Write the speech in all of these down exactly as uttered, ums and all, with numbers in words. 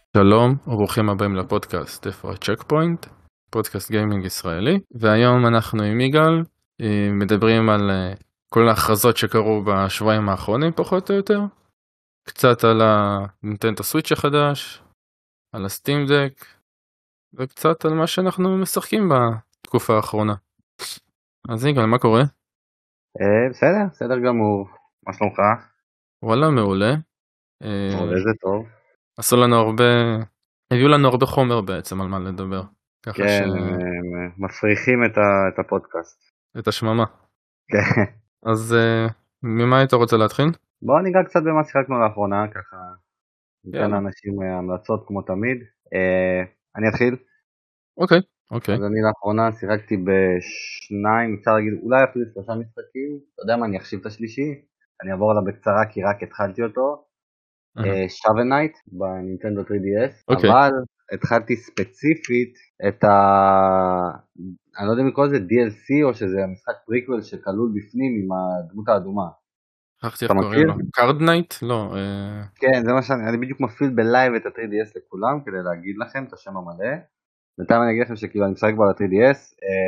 שלום וברוכים הבאים לפודקאסט איפה הצ'ק פוינט, פודקאסט גיימינג ישראלי, והיום אנחנו עם יגאל מדברים על כל ההכרזות שקרו בשבועיים האחרונים פחות או יותר, קצת על הנינטנדו סוויץ' החדש, על הסטים דק, וקצת על מה שאנחנו משחקים בתקופה האחרונה. אז יגאל, מה קורה? בסדר, בסדר גמור. מה שלומך? וואלה, מעולה. מעולה, זה טוב. עשו לנו הרבה, הביאו לנו הרבה חומר בעצם על מה לדבר. כן, מפריחים את הפודקאסט. את השממה. כן. אז ממה היית רוצה להתחיל? בואו ניגע קצת במה שיחקנו לאחרונה, ככה ניתן לאנשים המלצות כמו תמיד. אני אתחיל? אוקיי, אוקיי. אז אני לאחרונה שיחקתי בשניים, אפשר להגיד, אולי אפילו שלושה משחקים. אתה יודע מה, אני אחשיב את השלישי, אני אעבור עליו בקצרה כי רק התחלתי אותו. Shovel Knight בנינטנדו תרי די אס, אבל התחלתי ספציפית את ה... אני לא יודע אם לקרוא לזה די אל סי או שזה המשחק פריקוול שכלול בפנים עם הדמות האדומה. אתה מכיר? קארד נייט? לא. כן, זה מה שאני, אני בדיוק מפעיל בלייב את ה-תרי די אס לכולם כדי להגיד לכם את השם המלא. בינתיים אני אגיד לכם שכאילו אני משחק בו על ה-תרי די אס,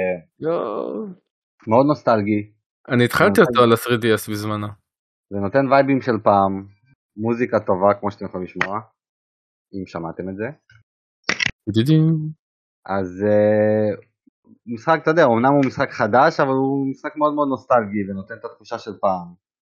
מאוד נוסטלגי. אני התחלתי אותו על ה-תרי די אס בזמנו. זה נותן וייבים של פעם, מוזיקה טובה כמו שאתם יכולים לשמוע, אם שמעתם את זה. אז משחק, אתה יודע, אמנם הוא משחק חדש, אבל הוא משחק מאוד מאוד נוסטלגי ונותן את התחושה של פעם.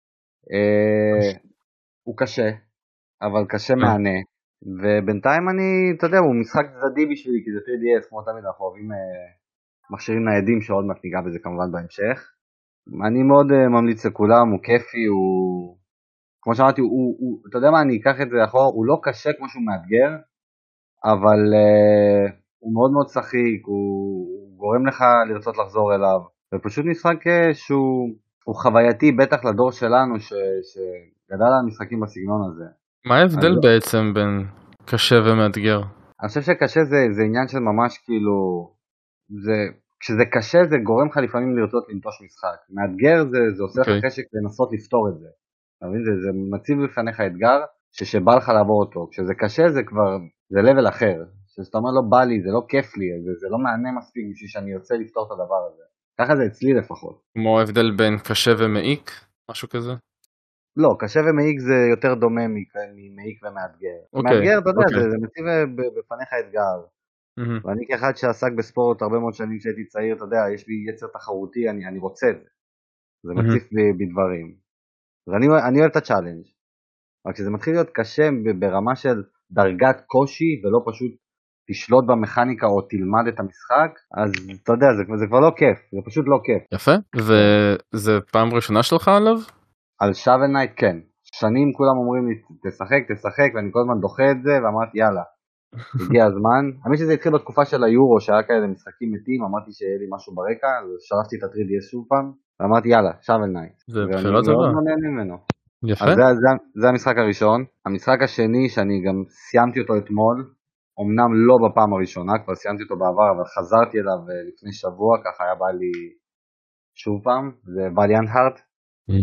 הוא קשה, אבל קשה מענה, ובינתיים אני, אתה יודע, הוא משחק צדדי בשבילי, כי זה תרי די אס, כמו תמיד אנחנו אוהבים מכשירים ניידים, שעוד מעט ניגע בזה כמובן בהמשך. אני מאוד ממליץ לכולם, הוא כיפי, הוא, כמו שאמרתי, הוא, הוא, אתה יודע מה, אני אקח את זה אחורה, הוא לא קשה כמו שהוא מאתגר, אבל uh, הוא מאוד מאוד שחיק, הוא, הוא גורם לך לרצות לחזור אליו, ופשוט משחק שהוא חווייתי, בטח לדור שלנו, ש, שגדל על משחקים בסגנון הזה. מה ההבדל אז... בעצם בין קשה ומאתגר? אני חושב שקשה זה, זה עניין של ממש כאילו, זה, כשזה קשה זה גורם לך לפעמים לרצות לנטוש משחק, מאתגר זה, זה עושה לך okay. חשק לנסות לפתור את זה, זה, זה מציב לפניך אתגר, שבא לך לעבור אותו, כשזה קשה זה כבר, זה לבל אחר, שאתה אומר לא בא לי, זה לא כיף לי, זה, זה לא מענה מספיק בשביל שאני רוצה לפתור את הדבר הזה, ככה זה אצלי לפחות. כמו ההבדל בין קשה ומעיק, משהו כזה? לא, קשה ומעיק זה יותר דומה ממעיק ומאתגר, okay. מאתגר אתה יודע, okay. זה, זה מציב בפניך אתגר, mm-hmm. ואני כאחד שעסק בספורט הרבה מאוד שנים כשהייתי צעיר, אתה יודע, יש לי יצר תחרותי, אני, אני רוצה את זה, זה mm-hmm. מציף בדברים, ואני אני אוהב את הצ'אלנג'. רק כשזה מתחיל להיות קשה ברמה של דרגת קושי, ולא פשוט תשלוט במכניקה או תלמד את המשחק, אז אתה יודע, זה, זה כבר לא כיף, זה פשוט לא כיף. יפה, וזה פעם ראשונה שלך עליו? על Shovel Knight כן, שנים כולם אומרים לי תשחק, תשחק, ואני כל הזמן דוחה את זה, ואמרתי יאללה, הגיע הזמן. האמת שזה התחיל בתקופה של היורו, שהיה כאלה משחקים מתים, אמרתי שיהיה לי משהו ברקע, אז שלחתי את ה-תרי די אס שוב פעם, ואמרתי יאללה, Shovel Knight. זה בחירה טובה. ואני מאוד נהנה ממנו. יפה. אז זה, זה, זה המשחק הראשון. המשחק השני שאני גם סיימתי אותו אתמול, אמנם לא בפעם הראשונה, כבר סיימתי אותו בעבר, אבל חזרתי אליו לפני שבוע, ככה היה בא לי שוב פעם, זה Valiant Heart. Mm.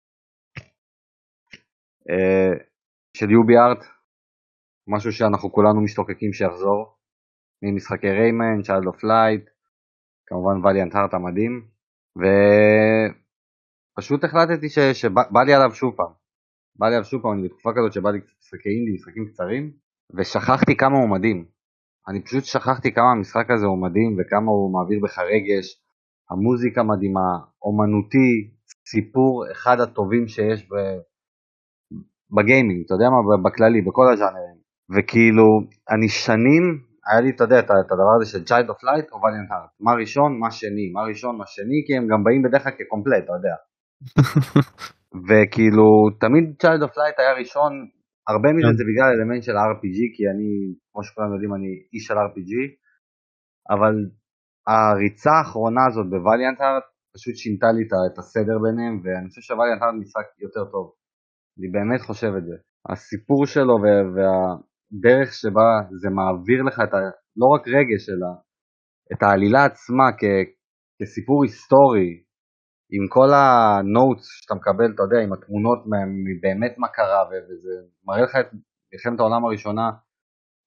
Uh, של יובי ארט, משהו שאנחנו כולנו משתוקקים שיחזור, ממשחקי ריימן, Child of Light, כמובן Valiant Heart המדהים, ו... פשוט החלטתי ש, שבא לי עליו שוב פעם, בא לי עליו שוב פעם, אני בתקופה כזאת שבא לי משחקי אינדי, משחקים קצרים, ושכחתי כמה הוא מדהים, אני פשוט שכחתי כמה המשחק הזה הוא מדהים, וכמה הוא מעביר בך רגש, המוזיקה מדהימה, אומנותי, סיפור אחד הטובים שיש ב, בגיימינג, אתה יודע מה, בכללי, בכל הז'אנרים, וכאילו, אני שנים, היה לי, אתה יודע, את הדבר הזה של Child of Light או Valiant Heart, מה ראשון, מה שני, מה ראשון, מה שני, כי הם גם באים בדרך כלל כקומפלט, אתה יודע. וכאילו תמיד Child of Light היה ראשון, הרבה מזה זה בגלל אלמנט של ה-אר פי ג'י, כי אני, כמו שכולם יודעים, אני איש של אר פי ג'י, אבל הריצה האחרונה הזאת ב-Valiant Heart פשוט שינתה לי את הסדר ביניהם, ואני חושב ש-Valiant Heart משחק יותר טוב, אני באמת חושב את זה, הסיפור שלו והדרך שבה זה מעביר לך את ה... לא רק רגש, אלא את העלילה עצמה כסיפור היסטורי, עם כל הנוטס שאתה מקבל, אתה יודע, עם התמונות מבאמת מה קרה, וזה מראה לך את מלחמת העולם הראשונה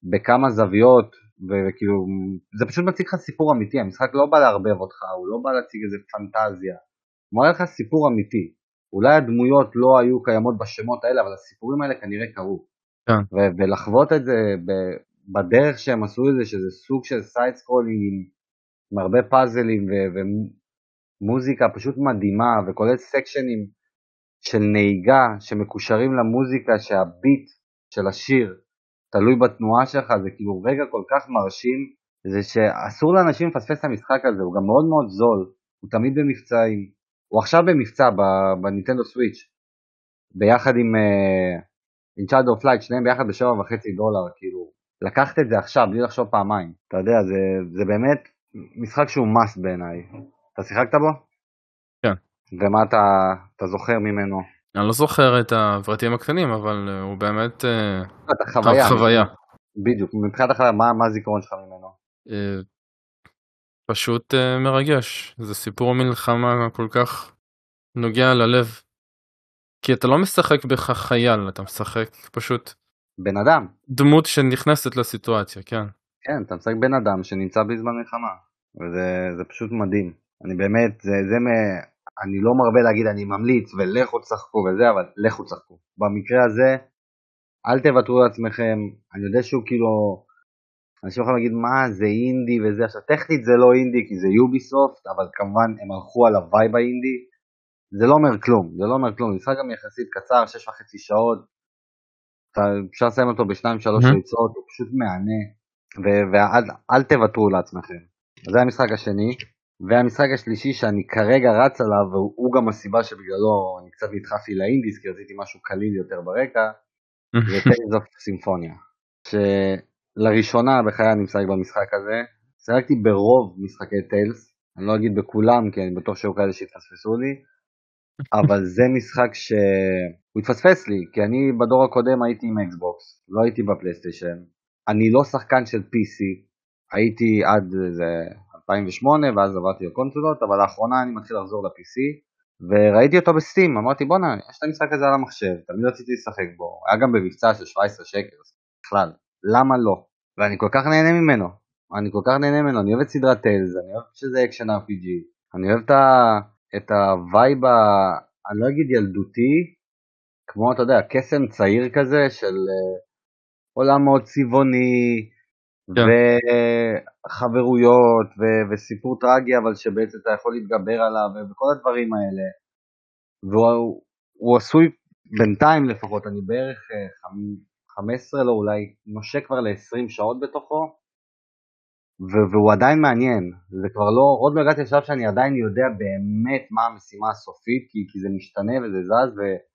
בכמה זוויות, וכאילו, זה פשוט מציג לך סיפור אמיתי, המשחק לא בא לערבב אותך, הוא לא בא להציג איזה פנטזיה, הוא מראה לך סיפור אמיתי, אולי הדמויות לא היו קיימות בשמות האלה, אבל הסיפורים האלה כנראה קרו, כן. ו- ולחוות את זה ב- בדרך שהם עשו את זה, שזה סוג של סייד סקרולינג, עם הרבה פאזלים ו- ומוזיקה פשוט מדהימה, וכולל סקשנים של נהיגה שמקושרים למוזיקה, שהביט של השיר תלוי בתנועה שלך, זה כאילו רגע כל כך מרשים, זה שאסור לאנשים לפספס את המשחק הזה, הוא גם מאוד מאוד זול, הוא תמיד במבצעים, הוא עכשיו במבצע בניטנדו סוויץ', ביחד עם עם Child of Light, שניהם ביחד בשבע וחצי דולר, כאילו, לקחת את זה עכשיו, בלי לחשוב פעמיים, אתה יודע, זה, זה באמת משחק שהוא must בעיניי, אתה שיחקת בו? כן. ומה אתה, אתה זוכר ממנו? אני לא זוכר את הפרטים הקטנים, אבל הוא באמת אתה חוויה. חוויה. בדיוק, מבחינת החוויה, מה, מה הזיכרון שלך ממנו? פשוט מרגש, זה סיפור מלחמה כל כך נוגע ללב, כי אתה לא משחק בך חייל, אתה משחק פשוט בן אדם. דמות שנכנסת לסיטואציה, כן. כן, אתה משחק בן אדם שנמצא בזמן מלחמה, וזה זה פשוט מדהים. אני באמת, זה, זה מ... אני לא מרבה להגיד אני ממליץ ולכו תשחקו וזה, אבל לכו תשחקו. במקרה הזה, אל תוותרו לעצמכם, אני יודע שהוא כאילו, אנשים יכולים להגיד מה זה אינדי וזה, עכשיו טכנית זה לא אינדי כי זה יוביסופט, אבל כמובן הם הלכו על הווייב האינדי, זה לא אומר כלום, זה לא אומר כלום, זה משחק גם יחסית קצר, שש וחצי שעות, אפשר לסיים אותו בשניים שלוש ריצות, הוא פשוט מענה, ואל תוותרו לעצמכם. זה המשחק השני, והמשחק השלישי שאני כרגע רץ עליו, והוא גם הסיבה שבגללו אני קצת נדחפתי לאינדיס, כי רציתי משהו קליל יותר ברקע, זה Tales of Symphonia, שלראשונה בחיי אני משחק במשחק הזה, שיחקתי ברוב משחקי טיילס, אני לא אגיד בכולם, כי אני בטוח שהיו כאלה שהתפספסו לי, אבל זה משחק שהוא התפספס לי, כי אני בדור הקודם הייתי עם אקסבוקס, לא הייתי בפלייסטיישן, אני לא שחקן של פי סי, הייתי עד זה אלפיים ושמונה, ואז עברתי לקונסולות, אבל לאחרונה אני מתחיל לחזור ל-פי סי, וראיתי אותו בסטים, אמרתי בוא'נה, יש את המשחק הזה על המחשב, תמיד רציתי לשחק בו, היה גם במבצע של שבע עשרה שקל, בכלל, למה לא? ואני כל כך נהנה ממנו, אני כל כך נהנה ממנו, אני אוהב את סדרת טיילס, אני אוהב שזה אקשן אר פי ג'י, אני אוהב את ה... את הווייב, אני לא אגיד ילדותי, כמו אתה יודע, קסם צעיר כזה של עולם מאוד צבעוני, כן. וחברויות, ו- וסיפור טרגי, אבל שבעצם אתה יכול להתגבר עליו, וכל הדברים האלה. והוא הוא עשוי, בינתיים לפחות, אני בערך חמש עשרה, לא אולי, נושק כבר ל-עשרים שעות בתוכו, והוא עדיין מעניין, זה כבר לא, עוד לא הגעתי לשלב שאני עדיין יודע באמת מה המשימה הסופית, כי, כי זה משתנה וזה זז,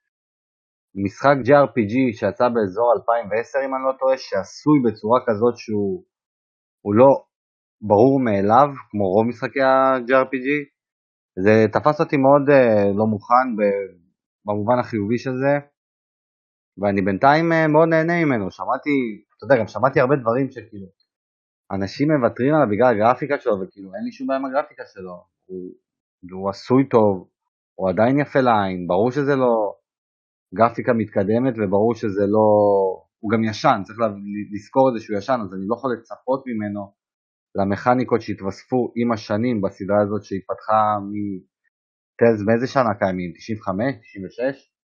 ומשחק ג'י אר פי ג'י שיצא באזור אלפיים ועשר אם אני לא טועה, שעשוי בצורה כזאת שהוא לא ברור מאליו, כמו רוב משחקי ה-ג'י אר פי ג'י, זה תפס אותי מאוד uh, לא מוכן במובן החיובי של זה, ואני בינתיים uh, מאוד נהנה ממנו, שמעתי, אתה יודע, גם שמעתי הרבה דברים שכאילו, אנשים מוותרים עליו בגלל הגרפיקה שלו, וכאילו אין לי שום בעיה עם הגרפיקה שלו, הוא, הוא עשוי טוב, הוא עדיין יפה לעין, ברור שזה לא גרפיקה מתקדמת, וברור שזה לא, הוא גם ישן, צריך לזכור את זה שהוא ישן, אז אני לא יכול לצפות ממנו למכניקות שהתווספו עם השנים בסדרה הזאת שהתפתחה מטלס, באיזה שנה קיימים? תשעים וחמש? תשעים ושש?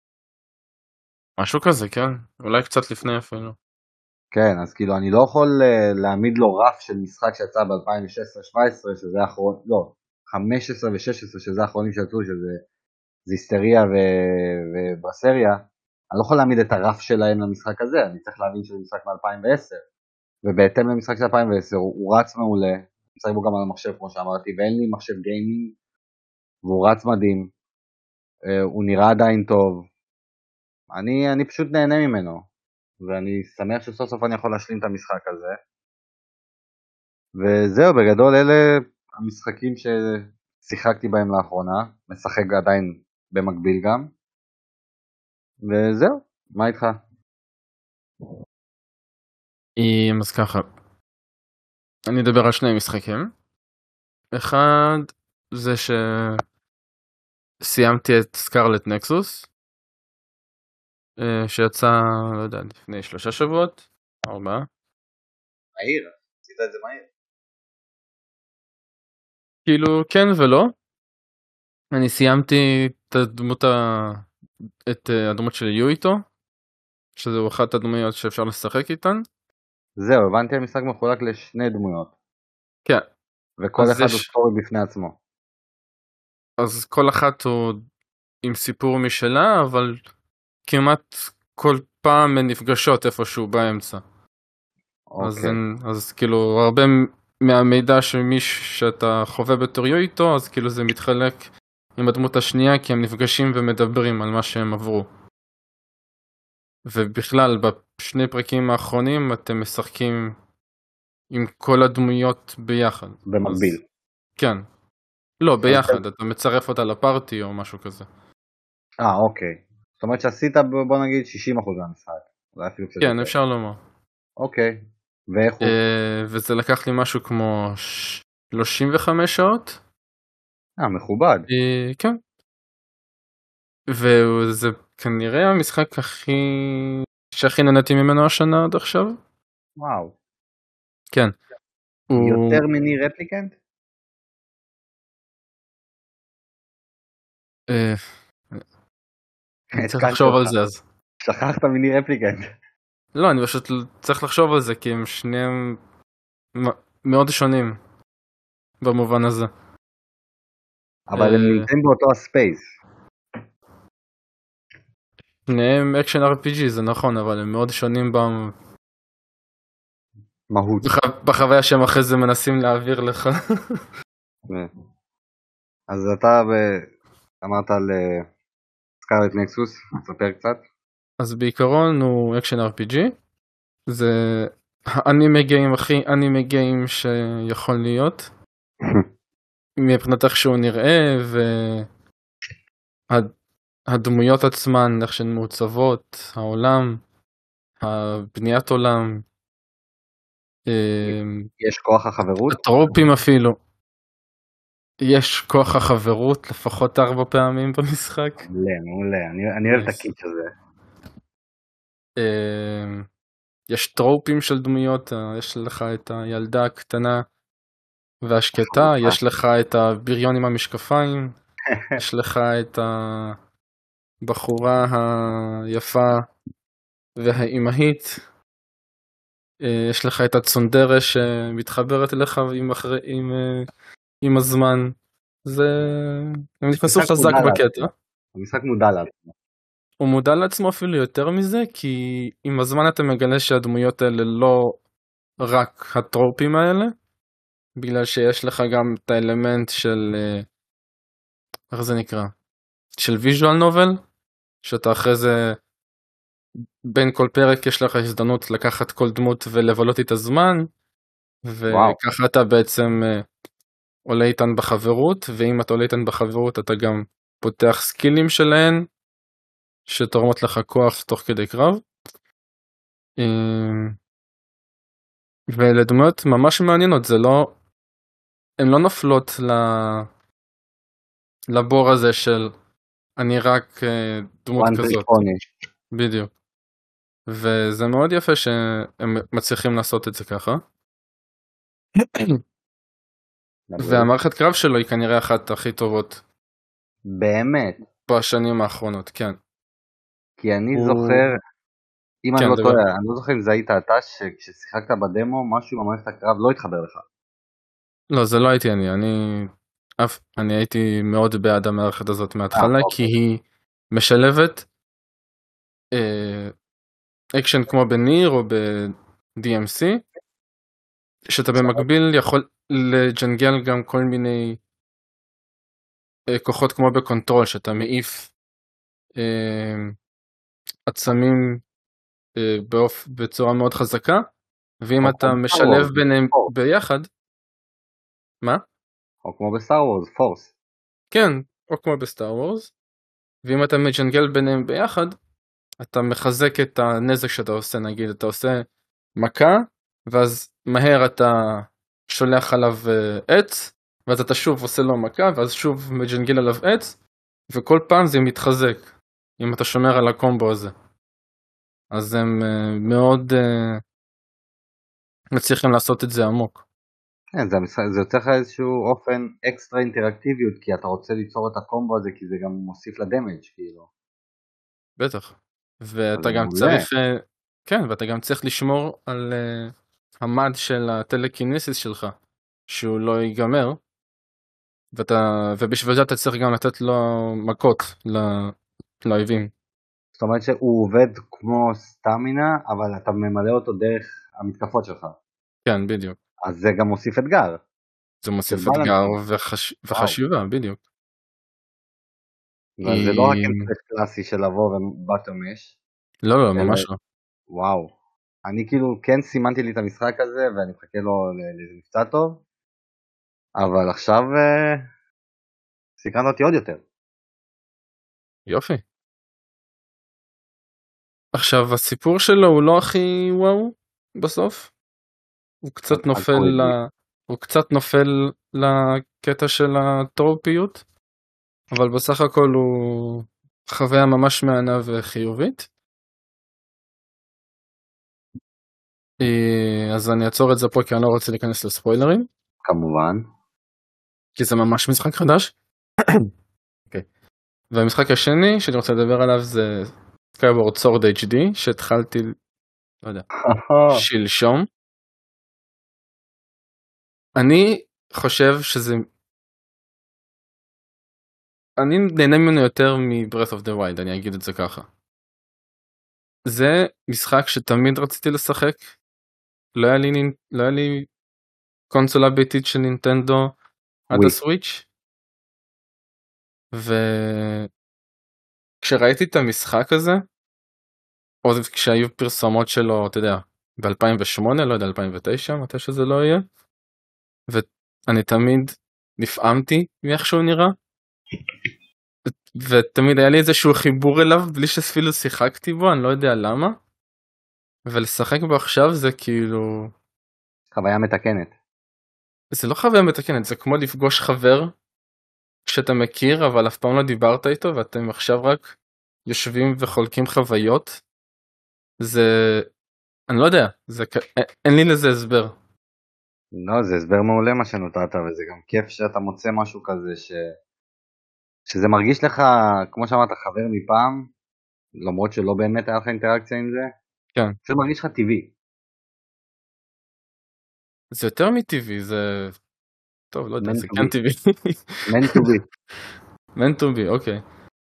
משהו כזה, כן, אולי קצת לפני אפילו. כן, אז כאילו אני לא יכול uh, להעמיד לו רף של משחק שיצא ב-אלפיים ושש עשרה שבע עשרה, שזה האחרון, לא, חמש עשרה ו-שש עשרה, שזה האחרונים שיצאו, שזה זיסטריה ו- וברסריה, אני לא יכול להעמיד את הרף שלהם למשחק הזה, אני צריך להבין שזה משחק מ-אלפיים ועשר, ובהתאם למשחק של אלפיים ועשר, הוא, הוא רץ מעולה, משחק בו גם על המחשב כמו שאמרתי, ואין לי מחשב גיימינג, והוא רץ מדהים, uh, הוא נראה עדיין טוב, אני, אני פשוט נהנה ממנו. ואני שמח שסוף סוף אני יכול להשלים את המשחק הזה. וזהו, בגדול אלה המשחקים ששיחקתי בהם לאחרונה, משחק עדיין במקביל גם. וזהו, מה איתך? אז ככה, אני אדבר על שני משחקים. אחד זה שסיימתי את סקרלט נקסוס, שיצא, לא יודע, לפני שלושה שבועות, ארבעה. מהיר, עשית את זה מהיר. כאילו כן ולא. אני סיימתי את הדמות, ה... את הדמות של יואיטו, שזו אחת הדמויות שאפשר לשחק איתן. זהו, הבנתי, המשחק מחולק לשני דמויות. כן. וכל אחד יש... הוא סטורי בפני עצמו. אז כל אחת הוא עם סיפור משלה, אבל כמעט כל פעם הן נפגשות איפשהו באמצע. אוקיי. אז, אז כאילו הרבה מהמידע שמי שאתה חווה בתור יואיטו, אז כאילו זה מתחלק עם הדמות השנייה, כי הם נפגשים ומדברים על מה שהם עברו. ובכלל, בשני פרקים האחרונים אתם משחקים עם כל הדמויות ביחד. במקביל. אז, כן. לא, ביחד, אתה מצרף אותה לפארטי או משהו כזה. אה, אוקיי. זאת אומרת שעשית, בוא נגיד, שישים אחוז מהמשחק. כן, אפשר לומר. אוקיי. ואיך הוא? וזה לקח לי משהו כמו שלושים וחמש שעות. אה, מכובד. כן. וזה כנראה המשחק הכי... שהכי נהניתי ממנו השנה עד עכשיו. וואו. כן. יותר מיני רפליקנט? אני צריך לחשוב על זה אז. שכחת מיני רפליקנט. לא, אני פשוט צריך לחשוב על זה, כי הם שניהם מאוד שונים במובן הזה. אבל הם נמצאים באותו הספייס. שניהם אקשן אר פי ג'י, זה נכון, אבל הם מאוד שונים במהות. בחוויה שהם אחרי זה מנסים להעביר לך. אז אתה אמרת על סקארלט נקסוס, תספר קצת. אז בעיקרון הוא אקשן אר פי ג'י, זה האנימה גיים הכי אנימה גיים שיכול להיות, מבחינת איך שהוא נראה, והדמויות עצמן, איך שהן מעוצבות, העולם, הבניית עולם, יש כוח החברות? הטרופים אפילו. יש כוח החברות לפחות ארבע פעמים במשחק. מעולה, מעולה, אני אוהב את הקיץ' הזה. יש טרופים של דמויות, יש לך את הילדה הקטנה והשקטה, יש לך את הבריון עם המשקפיים, יש לך את הבחורה היפה והאימהית, יש לך את הצונדרה שמתחברת אליך עם, אחרי, עם, עם הזמן. זה... הם נכנסו חזק בקטע. המשחק מודע לעצמו. הוא מודע לעצמו אפילו יותר מזה, כי עם הזמן אתה מגלה שהדמויות האלה לא רק הטרופים האלה, בגלל שיש לך גם את האלמנט של, איך זה נקרא? של ויז'ואל נובל, שאתה אחרי זה, בין כל פרק יש לך הזדמנות לקחת כל דמות ולבלות את הזמן, וככה אתה בעצם עולה איתן בחברות, ואם אתה עולה איתן בחברות אתה גם פותח סקילים שלהן, שתורמות לך כוח תוך כדי קרב. ולדמויות ממש מעניינות, זה לא, הן לא נופלות לבור הזה של אני רק דמות כזאת. בדיוק. וזה מאוד יפה שהם מצליחים לעשות את זה ככה. והמערכת קרב שלו היא כנראה אחת הכי טובות. באמת? בשנים האחרונות, כן. כי אני זוכר, אם אני לא טועה, אני לא זוכר אם זה היית אתה, שכששיחקת בדמו, משהו במערכת הקרב לא התחבר לך. לא, זה לא הייתי אני, אני, אף, אני הייתי מאוד בעד המערכת הזאת מההתחלה, כי היא משלבת אה, אקשן כמו בניר או ב-די אם סי, שאתה במקביל יכול לג'נגל גם כל מיני אה, כוחות כמו בקונטרול, שאתה מעיף אה, עצמים אה, באופ, בצורה מאוד חזקה, ואם אתה משלב ביניהם ביחד, מה? או כמו בסטאר וורס, פורס. כן, או כמו בסטאר וורס, ואם אתה מג'נגל ביניהם ביחד, אתה מחזק את הנזק שאתה עושה, נגיד, אתה עושה מכה, ואז מהר אתה שולח עליו עץ, ואז אתה שוב עושה לו מכה, ואז שוב מג'נגל עליו עץ, וכל פעם זה מתחזק, אם אתה שומר על הקומבו הזה. אז הם מאוד, מצליחים לעשות את זה עמוק. כן, זה, המשחק, זה יוצא לך איזשהו אופן אקסטרה אינטראקטיביות, כי אתה רוצה ליצור את הקומבו הזה, כי זה גם מוסיף לדמג' כאילו. בטח. ואתה זה גם מעולה. צריך, כן, ואתה גם צריך לשמור על uh, המד של הטלקיניסיס שלך, שהוא לא ייגמר, ואתה, ובשביל זה אתה צריך גם לתת לו מכות לאויבים. זאת אומרת שהוא עובד כמו סטמינה, אבל אתה ממלא אותו דרך המתקפות שלך. כן, בדיוק. אז זה גם מוסיף אתגר. זה מוסיף אתגר וחש... וחשיבה, בדיוק. וזה לא רק אינטרס קלאסי של לבוא ובטומש. לא, לא, ממש לא. וואו. אני כאילו כן סימנתי לי את המשחק הזה, ואני מחכה לו למבצע טוב, אבל עכשיו סקרנת אותי עוד יותר. יופי. עכשיו, הסיפור שלו הוא לא הכי וואו בסוף. הוא קצת נופל ל... הוא קצת נופל לקטע של הטרופיות, אבל בסך הכל הוא חוויה ממש מענה וחיובית. אז אני אעצור את זה פה כי אני לא רוצה להיכנס לספוילרים. כמובן. כי זה ממש משחק חדש. אוקיי. והמשחק השני שאני רוצה לדבר עליו זה Skyward Sword אייץ' די, שהתחלתי, לא יודע, שלשום. אני חושב שזה, אני נהנה ממנו יותר מ-Breath of the Wild, אני אגיד את זה ככה. זה משחק שתמיד רציתי לשחק, לא היה לי, לא היה לי קונסולה ביתית של נינטנדו עד הסוויץ', וכשראיתי את המשחק הזה, או כשהיו פרסומות שלו, אתה יודע, ב-אלפיים ושמונה, לא יודע, אלפיים ותשע, מתי שזה לא יהיה, ואני תמיד נפעמתי מאיך שהוא נראה, ותמיד היה לי איזשהו חיבור אליו, בלי שאפילו שיחקתי בו, אני לא יודע למה, ולשחק בו עכשיו זה כאילו... חוויה מתקנת. זה לא חוויה מתקנת, זה כמו לפגוש חבר, כשאתה מכיר, אבל אף פעם לא דיברת איתו, ואתם עכשיו רק יושבים וחולקים חוויות, זה... אני לא יודע, זה... אין לי לזה הסבר. לא, זה הסבר מעולה מה שנותרת, וזה גם כיף שאתה מוצא משהו כזה ש... שזה מרגיש לך, כמו שאמרת, חבר מפעם, למרות שלא באמת היה לך אינטראקציה עם זה. כן. זה מרגיש לך טבעי. זה יותר מטבעי, זה... טוב, לא יודע, זה כן טבעי. Man to be. Man to be, אוקיי.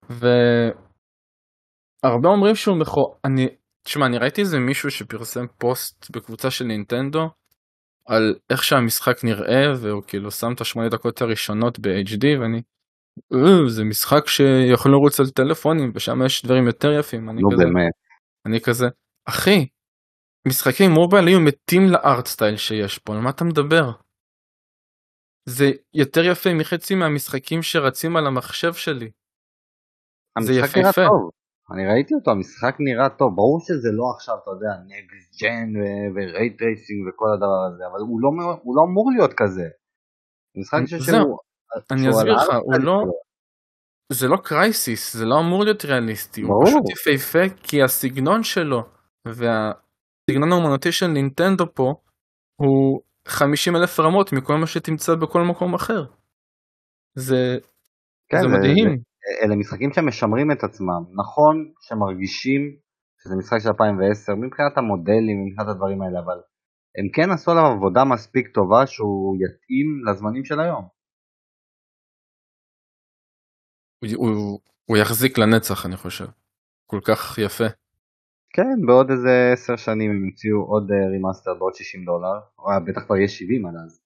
והרבה אומרים שהוא מכו... אני... תשמע, אני ראיתי איזה מישהו שפרסם פוסט בקבוצה של נינטנדו, על איך שהמשחק נראה, והוא כאילו שם את השמונה דקות הראשונות ב-אייץ' די, ואני... זה משחק שיכול לרוץ על טלפונים, ושם יש דברים יותר יפים. אני לא כזה... באמת. אני כזה... אחי, משחקים מובייל היו מתים לארט סטייל שיש פה, על מה אתה מדבר? זה יותר יפה מחצי מהמשחקים שרצים על המחשב שלי. זה המשחק נראה טוב. אני ראיתי אותו, המשחק נראה טוב. ברור שזה לא עכשיו, אתה יודע, נקסט ג'ן ורייט רייסינג וכל הדבר הזה, אבל הוא לא, הוא לא אמור להיות כזה. המשחק שהוא... אני אסביר לך, הוא לא... זה לא קרייסיס, זה לא אמור להיות ריאליסטי. ברור. הוא פשוט יפהפה, כי הסגנון שלו והסגנון האומנותי של נינטנדו פה הוא חמישים אלף רמות מכל מה שתמצא בכל מקום אחר. זה, כן, זה מדהים. זה, אלה משחקים שמשמרים את עצמם. נכון שמרגישים שזה משחק של אלפיים ועשר, מבחינת המודלים, מבחינת הדברים האלה, אבל הם כן עשו עליו עבודה מספיק טובה שהוא יתאים לזמנים של היום. הוא, הוא, הוא יחזיק לנצח, אני חושב. כל כך יפה. כן, בעוד איזה עשר שנים הם יוציאו עוד רימאסטר בעוד שישים דולר, או בטח כבר יש שבעים עד אז.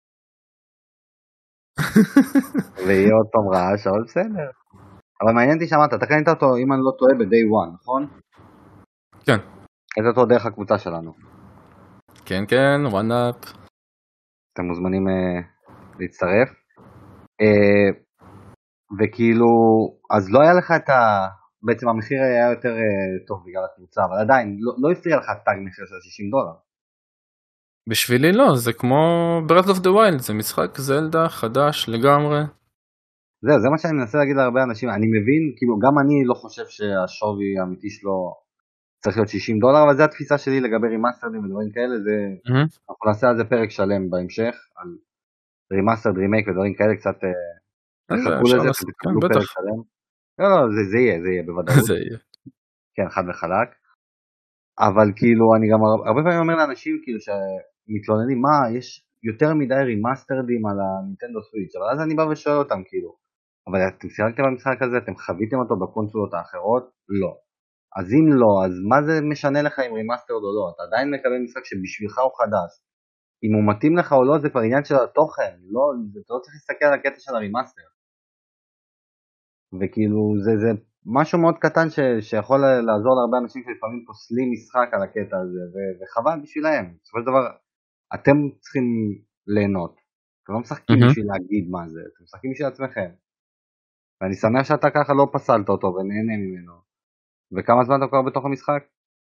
ויהיה עוד פעם רעש, אבל בסדר. אבל מעניין אותי שאמרת, אתה קנית אותו, אם אני לא טועה, ב-day one, נכון? כן. קנית אותו דרך הקבוצה שלנו. כן, כן, one up. אתם מוזמנים uh, להצטרף. Uh, וכאילו, אז לא היה לך את ה... בעצם המחיר היה יותר uh, טוב בגלל הקבוצה, אבל עדיין, לא, לא הפריע לך תג מחיר של שישים דולר. בשבילי לא, זה כמו Breath of the Wild, זה משחק זלדה חדש לגמרי. זהו, זה מה שאני מנסה להגיד להרבה אנשים, אני מבין, כאילו גם אני לא חושב שהשווי האמיתי שלו צריך להיות שישים דולר, אבל זה התפיסה שלי לגבי רימאסטרדים ודברים כאלה, זה, מהמם. אנחנו נעשה על זה פרק שלם בהמשך, על רימאסטרד, רימייק ודברים כאלה, קצת אה, אין בעיה, תחכו אפשר לזה, לעשות, אתם כן, תקבלו בטח. פרק שלם. לא, לא, זה, זה יהיה, זה יהיה בוודאות, זה יהיה. כן, חד וחלק. אבל כאילו, אני גם הר- הרבה פעמים אומר לאנשים, כאילו, שמתלוננים, מה, יש יותר מדי רימאסטרדים על הנינטנדו סוויץ', אבל אז אני בא ושואל אותם, כאילו, אבל אתם שיחקתם במשחק הזה, אתם חוויתם אותו בקונסולות האחרות? לא. אז אם לא, אז מה זה משנה לך אם רימאסטרד או לא? אתה עדיין מקבל משחק שבשבילך הוא חדש. אם הוא מתאים לך או לא, זה כבר עניין של התוכן, לא, אתה לא צריך להסתכל על הקטע של הרימאסטר. וכאילו, זה, זה משהו מאוד קטן ש, שיכול לעזור להרבה אנשים שלפעמים פוסלים משחק על הקטע הזה, ו, וחבל בשבילהם. בסופו של דבר, אתם צריכים ליהנות. אתם לא משחקים מהמם. בשביל להגיד מה זה, אתם משחקים בשביל עצמכם. ואני שמח שאתה ככה לא פסלת אותו ונהנה ממנו. וכמה זמן אתה כבר בתוך המשחק?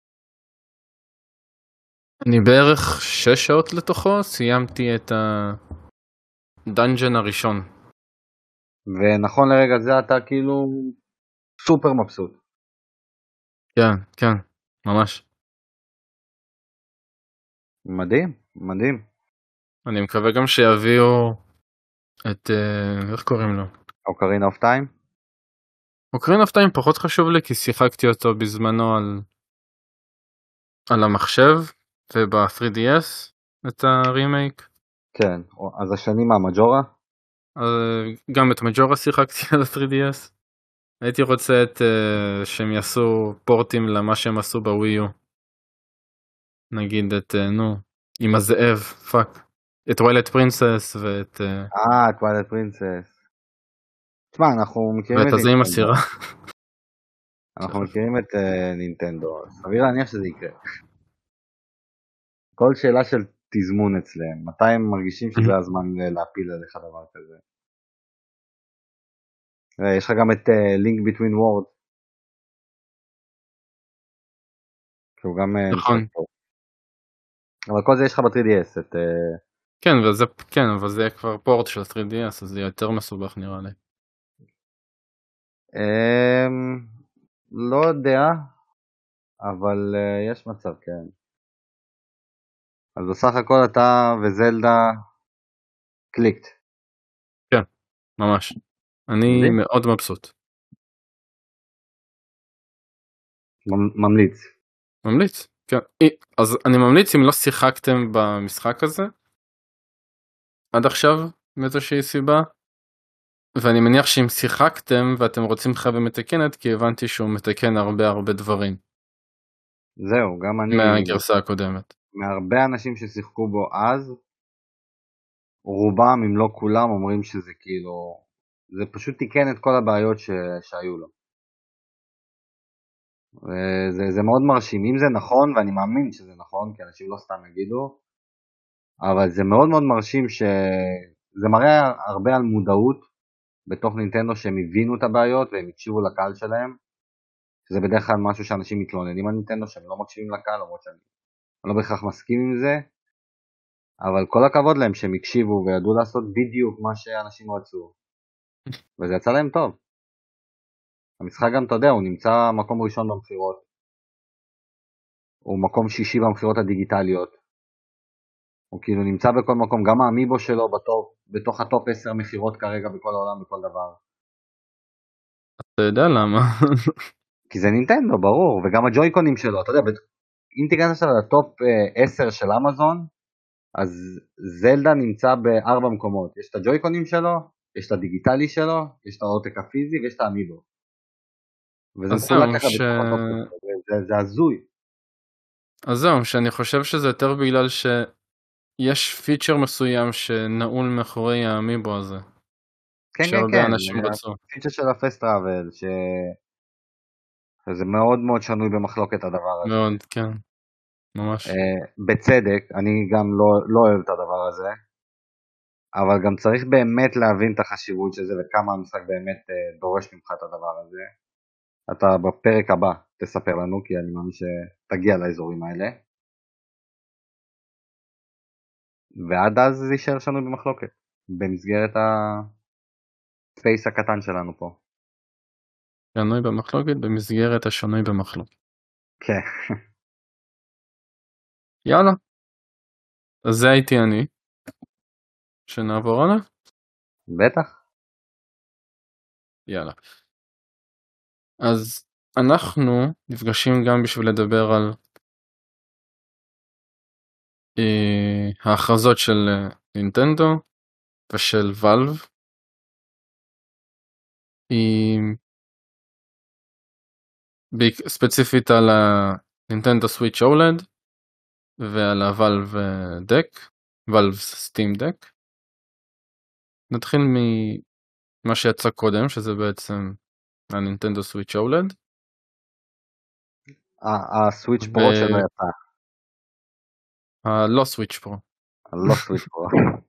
אני בערך שש שעות לתוכו, סיימתי את הדאנג'ן הראשון. ונכון לרגע זה אתה כאילו סופר מבסוט. כן, כן, ממש. מדהים, מדהים. אני מקווה גם שיביאו את, אה, איך קוראים לו? אוקרינה אוף טיים? אוקרין אוף טיים פחות חשוב לי, כי שיחקתי אותו בזמנו על, על המחשב וב-תרי די אס, את הרימייק. כן, אז השני מה, מג'ורה? אה, גם את מג'ורה שיחקתי על ה-תרי די אס. הייתי רוצה את, אה, שהם יעשו פורטים למה שהם עשו בווי-יו. נגיד את, אה, נו, עם הזאב, פאק. את ווילט פרינסס ואת, אה, אה, טווילייט פרינסס. תשמע, אנחנו מכירים ואת את הזה עם נינטנדו. הסירה. אנחנו מכירים את uh, נינטנדו. סביר להניח שזה יקרה. כל שאלה של תזמון אצלם. מתי הם מרגישים שזה הזמן להפיל עליך דבר כזה? יש לך גם את לינק ביטווין וורד. שהוא גם uh, נכון. משחק טוב. אבל כל זה יש לך ב-תרי די אס. את, uh, כן, וזה, כן, אבל זה יהיה כבר פורט של ה-תרי די אס, אז זה יהיה יותר מסובך נראה לי. um, לא יודע, אבל uh, יש מצב, כן. אז בסך הכל אתה וזלדה קליקט. כן, ממש. אני מדהים. מאוד מבסוט. ממליץ. ממליץ, כן. אז אני ממליץ אם לא שיחקתם במשחק הזה עד עכשיו מאיזושהי סיבה, ואני מניח שאם שיחקתם ואתם רוצים חייב מתקנת, כי הבנתי שהוא מתקן הרבה הרבה דברים. זהו, גם אני, מהגרסה הקודמת. מהרבה אנשים ששיחקו בו אז, רובם אם לא כולם אומרים שזה כאילו, זה פשוט תיקן את כל הבעיות ש, שהיו לו. וזה, זה מאוד מרשים, אם זה נכון, ואני מאמין שזה נכון, כי אנשים לא סתם יגידו, אבל זה מאוד מאוד מרשים שזה מראה הרבה על מודעות בתוך נינטנדו שהם הבינו את הבעיות והם הקשיבו לקהל שלהם, שזה בדרך כלל משהו שאנשים מתלוננים על נינטנדו, שהם לא מקשיבים לקהל, למרות שאני לא בהכרח מסכים עם זה, אבל כל הכבוד להם שהם הקשיבו וידעו לעשות בדיוק מה שאנשים רצו, וזה יצא להם טוב. המשחק גם, אתה יודע, הוא נמצא מקום ראשון במחירות, הוא מקום שישי במחירות הדיגיטליות, הוא כאילו נמצא בכל מקום, גם האמיבו שלו בטופ, בתוך הטופ עשר מחירות כרגע בכל העולם, בכל דבר. אתה יודע למה? כי זה נינטנדו, ברור, וגם הג'ויקונים שלו, אתה יודע, אם תיכנס עכשיו לטופ עשר של אמזון, אז זלדה נמצא בארבע מקומות, יש את הג'ויקונים שלו, יש את הדיגיטלי שלו, יש את העותק הפיזי ויש את האמיבו. וזה מחולק ככה ש... בתוך הטופ, זה, זה הזוי. אז זהו, שאני חושב שזה יותר בגלל שיש פיצ'ר מסוים שנעול מאחורי האמיבו הזה. כן, כן, שהרבה כן, אנשים רצו. הפיצ'ר של הפסט טראבל, ש... שזה מאוד מאוד שנוי במחלוקת הדבר הזה. מאוד, כן, ממש. Uh, בצדק, אני גם לא, לא אוהב את הדבר הזה, אבל גם צריך באמת להבין את החשיבות של זה, וכמה המשחק באמת uh, דורש ממך את הדבר הזה. אתה בפרק הבא תספר לנו, כי אני מאמין שתגיע לאזורים האלה. ועד אז זה יישאר שנוי במחלוקת, במסגרת הספייס הקטן שלנו פה. שנוי במחלוקת במסגרת השנוי במחלוקת. כן. יאללה. אז זה הייתי אני. שנעבור הלאה? בטח. יאללה. אז אנחנו נפגשים גם בשביל לדבר על אה, ההכרזות של אה, נינטנדו ושל ואלב. אה, ביק- ספציפית על הנינטנדו סוויץ' אולד ועל הוואלב דק, ואלב סטים דק. נתחיל ממה שיצא קודם, שזה בעצם הנינטנדו סוויץ' אולד. הסוויץ' פרו שלא יצא. הלא סוויץ' פרו. הלא סוויץ' פרו.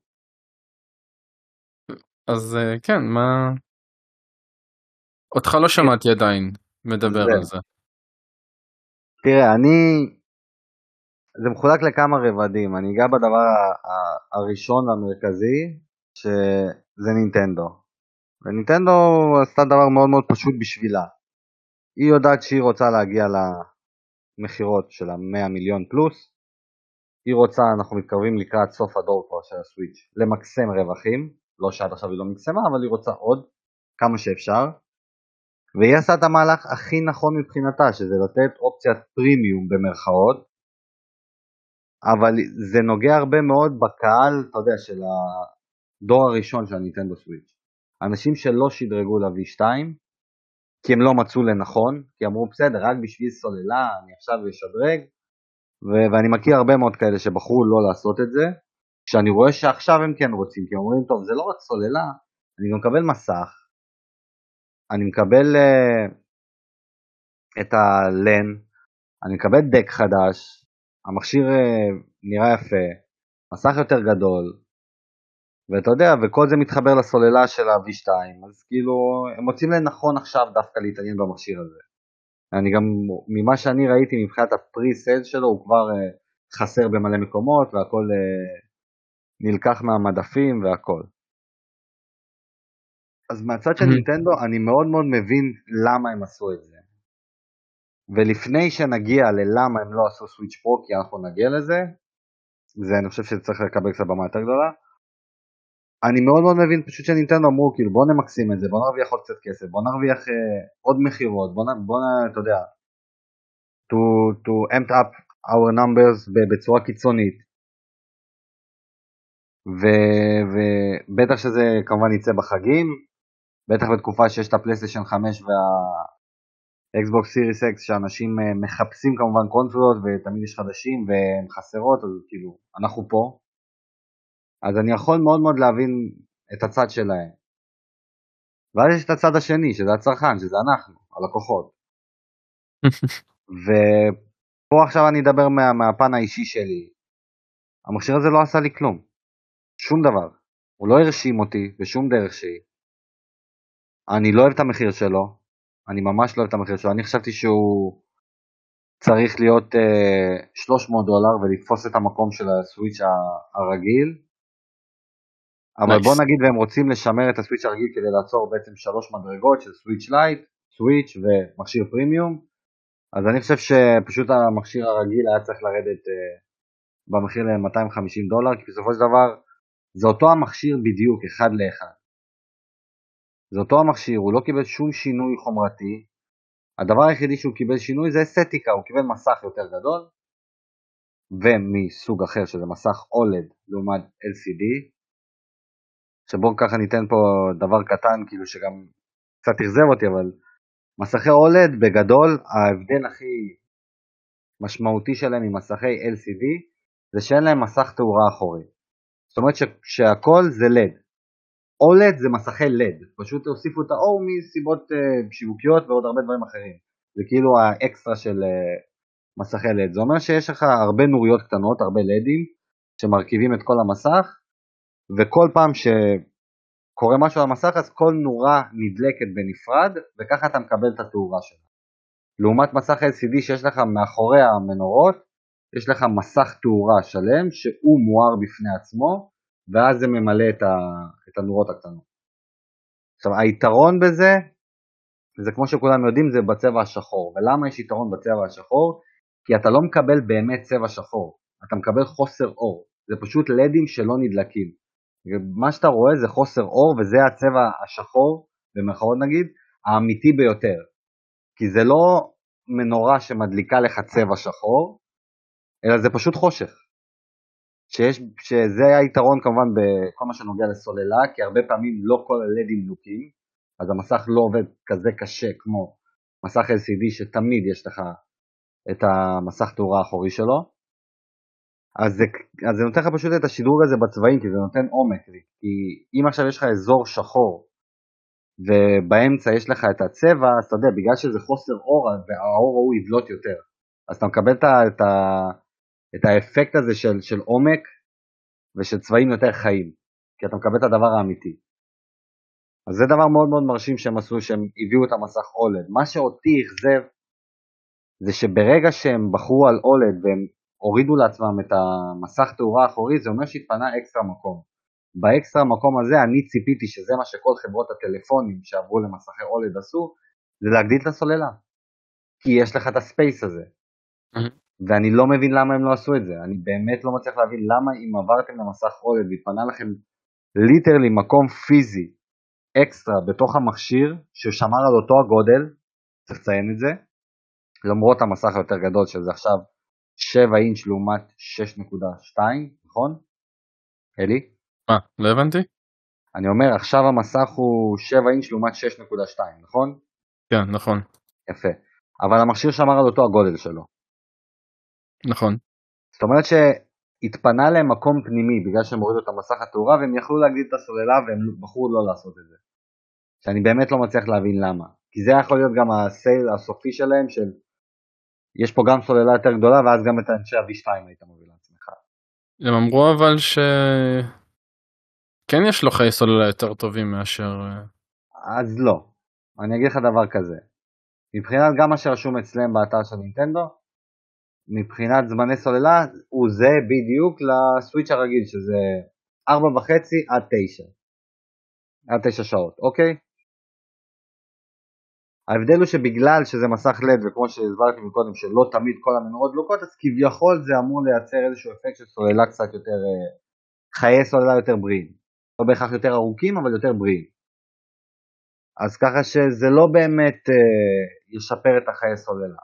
אז כן, מה... אותך לא שמעתי עדיין מדבר על זה. תראה, אני... זה מחולק לכמה רבדים. אני אגע בדבר הראשון והמרכזי, שזה נינטנדו. ונינטנדו עשתה דבר מאוד מאוד פשוט בשבילה. היא יודעת שהיא רוצה להגיע למחירות של ה-מאה מיליון פלוס. היא רוצה, אנחנו מתקרבים לקראת סוף הדור כבר של הסוויץ', למקסם רווחים. לא שעד עכשיו היא לא מקסמה, אבל היא רוצה עוד כמה שאפשר. והיא עשה את המהלך הכי נכון מבחינתה, שזה לתת אופציית פרימיום במרכאות. אבל זה נוגע הרבה מאוד בקהל, אתה יודע, של הדור הראשון של הניטנדו סוויץ'. אנשים שלא שדרגו ל-וי שתיים, כי הם לא מצאו לנכון, כי אמרו בסדר, רק בשביל סוללה, אני עכשיו אשדרג, ו- ואני מכיר הרבה מאוד כאלה שבחרו לא לעשות את זה, כשאני רואה שעכשיו הם כן רוצים, כי הם אומרים, טוב, זה לא רק סוללה, אני גם מקבל מסך, אני מקבל uh, את הלן, אני מקבל דק חדש, המכשיר uh, נראה יפה, מסך יותר גדול, ואתה יודע, וכל זה מתחבר לסוללה של ה-וי שתיים, אז כאילו, הם מוצאים לנכון עכשיו דווקא להתעניין במכשיר הזה. אני גם, ממה שאני ראיתי מבחינת הפרי-סייל שלו, הוא כבר uh, חסר במלא מקומות, והכל uh, נלקח מהמדפים והכל. אז מהצד של נינטנדו, אני מאוד מאוד מבין למה הם עשו את זה. ולפני שנגיע ללמה הם לא עשו סוויץ' פרו, כי אנחנו נגיע לזה, זה אני חושב שצריך לקבל קצת במה יותר גדולה, אני מאוד מאוד מבין פשוט שנינטנדו אמרו, כאילו בוא נמקסים את זה, בוא נרוויח עוד קצת כסף, בוא נרוויח uh, עוד מחירות, בוא, בוא אתה יודע, to, to amp up our numbers בצורה קיצונית. ובטח שזה כמובן יצא בחגים, בטח בתקופה שיש את הפלייסטיישן חמש והאקסבוקס סיריס אקס, שאנשים מחפשים כמובן קונסולות, ותמיד יש חדשים והן חסרות, אז כאילו, אנחנו פה. אז אני יכול מאוד מאוד להבין את הצד שלהם. ואז יש את הצד השני, שזה הצרכן, שזה אנחנו, הלקוחות. ופה עכשיו אני אדבר מה, מהפן האישי שלי. המכשיר הזה לא עשה לי כלום. שום דבר. הוא לא הרשים אותי בשום דרך שהיא. אני לא אוהב את המחיר שלו. אני ממש לא אוהב את המחיר שלו. אני חשבתי שהוא צריך להיות uh, שלוש מאות דולר ולתפוס את המקום של הסוויץ' הרגיל. אבל nice. בוא נגיד והם רוצים לשמר את הסוויץ' הרגיל כדי לעצור בעצם שלוש מדרגות של סוויץ' לייט, סוויץ' ומכשיר פרימיום. אז אני חושב שפשוט המכשיר הרגיל היה צריך לרדת uh, במחיר ל-מאתיים וחמישים דולר, כי בסופו של דבר זה אותו המכשיר בדיוק, אחד לאחד. זה אותו המכשיר, הוא לא קיבל שום שינוי חומרתי. הדבר היחידי שהוא קיבל שינוי זה אסתטיקה, הוא קיבל מסך יותר גדול, ומסוג אחר שזה מסך אולד לעומת אל סי די, שבו ככה ניתן פה דבר קטן, כאילו שגם קצת תרזב אותי, אבל מסכי אולד בגדול, ההבדל הכי משמעותי שלהם ממסכי אל סי די, זה שאין להם מסך תאורה אחורי. זאת אומרת ש- שהכל זה לד. אולד זה מסכי לד, פשוט הוסיפו את האור מסיבות uh, שיווקיות ועוד הרבה דברים אחרים. זה כאילו האקסטרה של uh, מסכי לד. זה אומר שיש לך הרבה נוריות קטנות, הרבה לדים, שמרכיבים את כל המסך, וכל פעם שקורה משהו על המסך, אז כל נורה נדלקת בנפרד, וככה אתה מקבל את התאורה שלה. לעומת מסך אל סי די שיש לך מאחורי המנורות, יש לך מסך תאורה שלם, שהוא מואר בפני עצמו, ואז זה ממלא את, ה, את הנורות הקטנות. עכשיו, היתרון בזה, זה כמו שכולם יודעים, זה בצבע השחור. ולמה יש יתרון בצבע השחור? כי אתה לא מקבל באמת צבע שחור, אתה מקבל חוסר אור, זה פשוט לדים שלא נדלקים. מה שאתה רואה זה חוסר אור, וזה הצבע השחור, במרכאות נגיד, האמיתי ביותר. כי זה לא מנורה שמדליקה לך צבע שחור, אלא זה פשוט חושך. שיש, שזה היתרון כמובן בכל מה שנוגע לסוללה, כי הרבה פעמים לא כל הלדים דלוקים, אז המסך לא עובד כזה קשה כמו מסך אל סי די שתמיד יש לך את המסך תאורה האחורי שלו, אז זה, אז זה נותן לך פשוט את השדרוג הזה בצבעים, כי זה נותן עומק, כי אם עכשיו יש לך אזור שחור, ובאמצע יש לך את הצבע, אז אתה יודע, בגלל שזה חוסר אור, והאור הוא יבלוט יותר, אז אתה מקבל את, את, את האפקט הזה של, של עומק, ושל צבעים יותר חיים, כי אתה מקבל את הדבר האמיתי. אז זה דבר מאוד מאוד מרשים שהם עשו, שהם הביאו את המסך אולד. מה שאותי אכזב, זה שברגע שהם בחרו על אולד, והם הורידו לעצמם את המסך תאורה האחורי, זה אומר שהתפנה אקסטרה מקום. באקסטרה מקום הזה אני ציפיתי שזה מה שכל חברות הטלפונים שעברו למסכי אולד עשו, זה להגדיל את הסוללה. כי יש לך את הספייס הזה. ואני לא מבין למה הם לא עשו את זה. אני באמת לא מצליח להבין למה אם עברתם למסך אולד והתפנה לכם ליטרלי מקום פיזי אקסטרה בתוך המכשיר ששמר על אותו הגודל, צריך לציין את זה, למרות המסך היותר גדול שזה עכשיו שבע אינץ' לעומת שש נקודה שתיים, נכון? אלי? מה, לא הבנתי? אני אומר, עכשיו המסך הוא שבע אינץ' לעומת שש נקודה שתיים, נכון? כן, נכון. יפה. אבל המכשיר שמר על אותו הגודל שלו. נכון. זאת אומרת שהתפנה להם מקום פנימי, בגלל שהם הורידו את המסך התאורה, והם יכלו להגדיל את הסוללה, והם בחרו לא לעשות את זה. שאני באמת לא מצליח להבין למה. כי זה יכול להיות גם הסייל הסופי שלהם, של יש פה גם סוללה יותר גדולה, ואז גם את האנשי ה-וי שתיים היית מוביל לעצמך. הם אמרו אבל ש... כן יש לו חיי סוללה יותר טובים מאשר... אז לא. אני אגיד לך דבר כזה. מבחינת גם מה שרשום אצלם באתר של נינטנדו, מבחינת זמני סוללה, הוא זה בדיוק לסוויץ' הרגיל, שזה ארבע וחצי עד תשע. עד תשע שעות, אוקיי? ההבדל הוא שבגלל שזה מסך לד, וכמו שהסברתי מקודם שלא תמיד כל המנורות דלוקות, אז כביכול זה אמור לייצר איזשהו אפקט של סוללה קצת יותר, חיי סוללה יותר בריאים. לא בהכרח יותר ארוכים, אבל יותר בריאים. אז ככה שזה לא באמת אה, ישפר את החיי סוללה.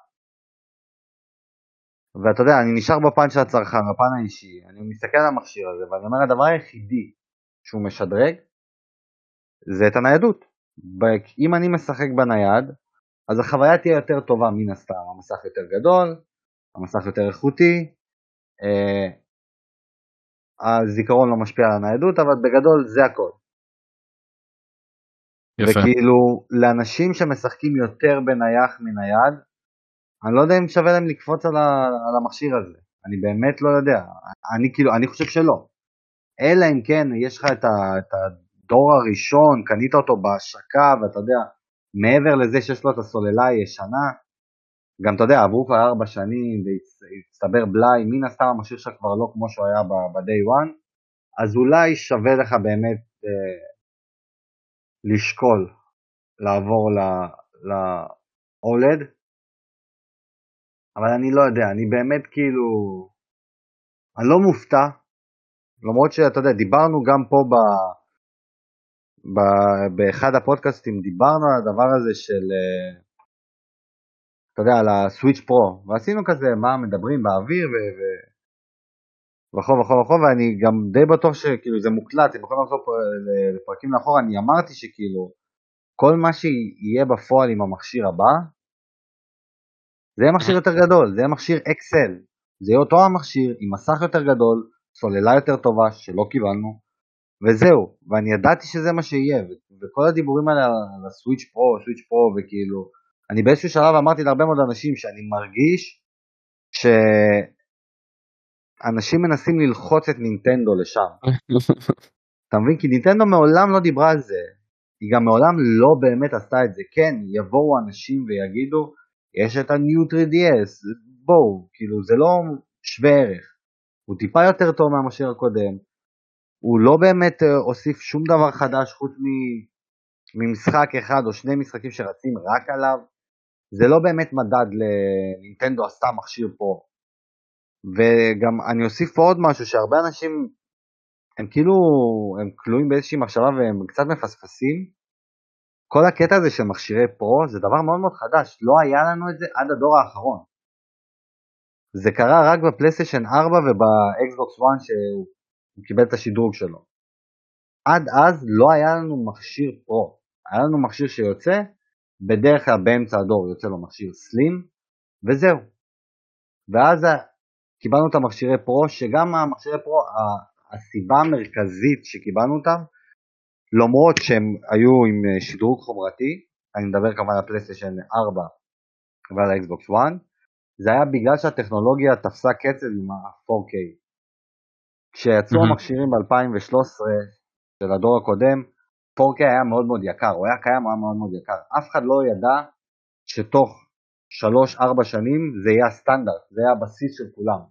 ואתה יודע, אני נשאר בפן של הצרכן, בפן האישי, אני מסתכל על המכשיר הזה, ואני אומר, הדבר היחידי שהוא משדרג, זה את הניידות. אם אני משחק בנייד, אז החוויה תהיה יותר טובה מן הסתם, המסך יותר גדול, המסך יותר איכותי, אה, הזיכרון לא משפיע על הניידות, אבל בגדול זה הכל. יפה. וכאילו, לאנשים שמשחקים יותר בנייח מנייד, אני לא יודע אם שווה להם לקפוץ על, ה, על המכשיר הזה. אני באמת לא יודע. אני כאילו, אני חושב שלא. אלא אם כן, יש לך את, ה, את הדור הראשון, קנית אותו בהשקה, ואתה יודע, מעבר לזה שיש לו את הסוללה הישנה, גם אתה יודע, עברו כבר ארבע שנים, והצטבר בלי, מן הסתם המכשיר שלך כבר לא כמו שהוא היה ב-day one, אז אולי שווה לך באמת אה, לשקול, לעבור ל-אולד, אבל אני לא יודע, אני באמת כאילו, אני לא מופתע, למרות שאתה יודע, דיברנו גם פה ב, ב, באחד הפודקאסטים, דיברנו על הדבר הזה של, אתה יודע, על הסוויץ' פרו, ועשינו כזה, מה מדברים באוויר, ו, ו, וכו וכו וכו, ואני גם די בטוח שכאילו זה מוקלט, אם יכולים לחזור לפרקים לאחור, אני אמרתי שכאילו, כל מה שיהיה בפועל עם המכשיר הבא, זה יהיה מכשיר יותר גדול, זה יהיה מכשיר אקסל, זה יהיה אותו המכשיר עם מסך יותר גדול, סוללה יותר טובה שלא קיבלנו, וזהו, ואני ידעתי שזה מה שיהיה, וכל הדיבורים האלה על הסוויץ' פרו, סוויץ' פרו, וכאילו, אני באיזשהו שלב אמרתי להרבה מאוד אנשים שאני מרגיש שאנשים מנסים ללחוץ את נינטנדו לשם. אתה מבין? כי נינטנדו מעולם לא דיברה על זה, היא גם מעולם לא באמת עשתה את זה, כן, יבואו אנשים ויגידו, יש את ה-New תרי די אס, בואו, כאילו זה לא שווה ערך, הוא טיפה יותר טוב מהמכשיר הקודם, הוא לא באמת הוסיף שום דבר חדש חוץ ממשחק אחד או שני משחקים שרצים רק עליו, זה לא באמת מדד לנינטנדו עשתה מכשיר פרו. וגם אני אוסיף עוד משהו, שהרבה אנשים, הם כאילו, הם כלואים באיזושהי מחשבה והם קצת מפספסים. כל הקטע הזה של מכשירי פרו זה דבר מאוד מאוד חדש, לא היה לנו את זה עד הדור האחרון. זה קרה רק בפלייסטיישן ארבע ובאקסבוקס וואן שהוא קיבל את השדרוג שלו. עד אז לא היה לנו מכשיר פרו, היה לנו מכשיר שיוצא, בדרך כלל באמצע הדור יוצא לו מכשיר סלים, וזהו. ואז קיבלנו את המכשירי פרו, שגם המכשירי פרו, הסיבה המרכזית שקיבלנו אותם, למרות שהם היו עם שדרוג חומרתי, אני מדבר כמובן על פלייסטיישן ארבע ועל האקסבוקס וואן, זה היה בגלל שהטכנולוגיה תפסה קצב עם ה-פור קיי. כשיצאו mm-hmm. המכשירים ב-אלפיים ושלוש עשרה של הדור הקודם, פור קיי היה מאוד מאוד יקר, הוא היה קיים, הוא היה מאוד מאוד יקר. אף אחד לא ידע שתוך שלוש ארבע שנים זה יהיה הסטנדרט, זה היה הבסיס של כולם.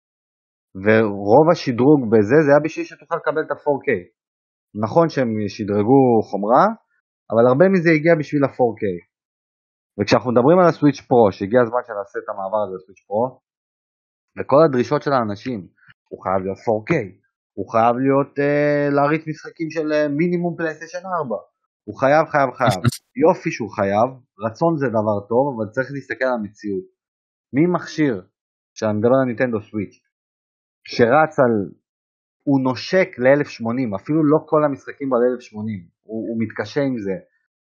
ורוב השדרוג בזה, זה היה בשביל שתוכל לקבל את ה-פור קיי. נכון שהם שדרגו חומרה, אבל הרבה מזה הגיע בשביל ה-פור קיי. וכשאנחנו מדברים על הסוויץ' פרו, שהגיע הזמן שנעשה את המעבר הזה לסוויץ' פרו, וכל הדרישות של האנשים, הוא חייב להיות פור קיי, הוא חייב להיות, אה, להריץ משחקים של מינימום פלייסטיישן ארבע, הוא חייב, חייב, חייב. יופי שהוא חייב, רצון זה דבר טוב, אבל צריך להסתכל על המציאות. מי מכשיר, שאני מדבר על ניטנדו סוויץ', שרץ על, הוא נושק ל-אלף שמונים, אפילו לא כל המשחקים ב-אלף שמונים, הוא, הוא מתקשה עם זה.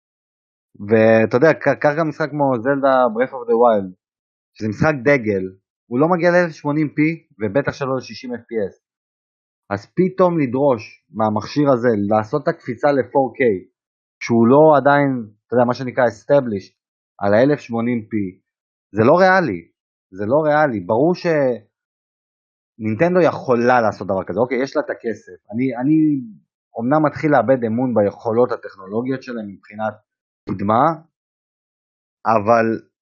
ואתה יודע, כך גם משחק כמו זלדה Breath of the Wild, שזה משחק דגל, הוא לא מגיע ל-אלף שמונים פי, ובטח שלא ל-שישים אף פי אס. אז פתאום לדרוש מהמכשיר הזה, לעשות את הקפיצה ל-פור קיי, שהוא לא עדיין, אתה יודע, מה שנקרא established, על ה-אלף שמונים פי, זה לא ריאלי, זה לא ריאלי. ברור שנינטנדו יכולה לעשות דבר כזה, אוקיי, יש לה את הכסף. אני, אני אומנם מתחיל לאבד אמון ביכולות הטכנולוגיות שלהם מבחינת קדמה, אבל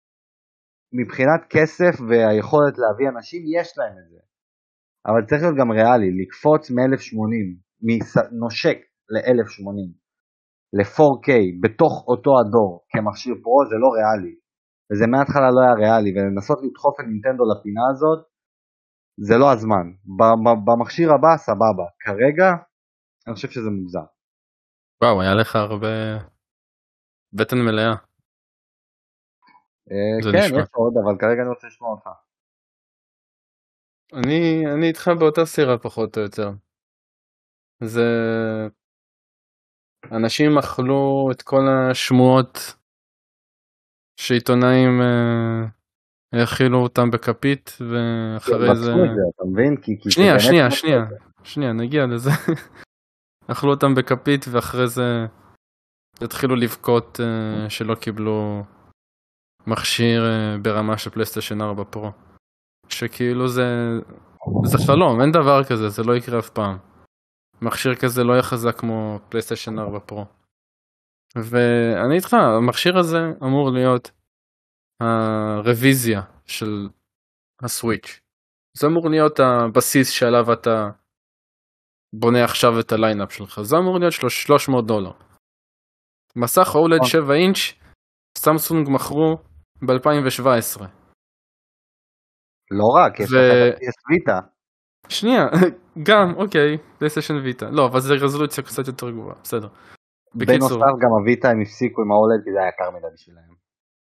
מבחינת כסף והיכולת להביא אנשים, יש להם את זה. אבל צריך להיות גם ריאלי, לקפוץ מ-אלף שמונים, נושק ל-אלף שמונים, ל-פור קיי, בתוך אותו הדור, כמכשיר פרו, זה לא ריאלי. וזה מההתחלה לא היה ריאלי, ולנסות לדחוף את נינטנדו לפינה הזאת, זה לא הזמן. במכשיר הבא, סבבה. כרגע, אני חושב שזה מוגזם. וואו, היה לך הרבה בטן מלאה. כן, יש עוד, אבל כרגע אני רוצה לשמוע אותך. אני, אני איתך באותה סירה פחות או יותר. זה... אנשים אכלו את כל השמועות שעיתונאים האכילו אותם בכפית, ואחרי זה... אתה מבין? שנייה, שנייה, שנייה, שנייה, נגיע לזה. אכלו אותם בכפית, ואחרי זה התחילו לבכות שלא קיבלו מכשיר ברמה של פלייסטיישן ארבע פרו. שכאילו זה, זה חלום, אין דבר כזה, זה לא יקרה אף פעם. מכשיר כזה לא יהיה חזק כמו פלייסטיישן ארבע פרו. ואני איתך, המכשיר הזה אמור להיות הרוויזיה של הסוויץ'. זה אמור להיות הבסיס שעליו אתה בונה עכשיו את הליינאפ שלך. זה אמור להיות שלוש מאות דולר. מסך אולד שבע אינץ' סמסונג מכרו ב-אלפיים שבע עשרה. לא רק, יש לך פי אס ויטה. שנייה, גם, אוקיי, פלייסטיישן ויטה. לא, אבל זה רזולוציה קצת יותר גבוהה, בסדר. בנוסף גם הויטה הם הפסיקו עם האולד, כי זה היה יקר מדי בשבילהם.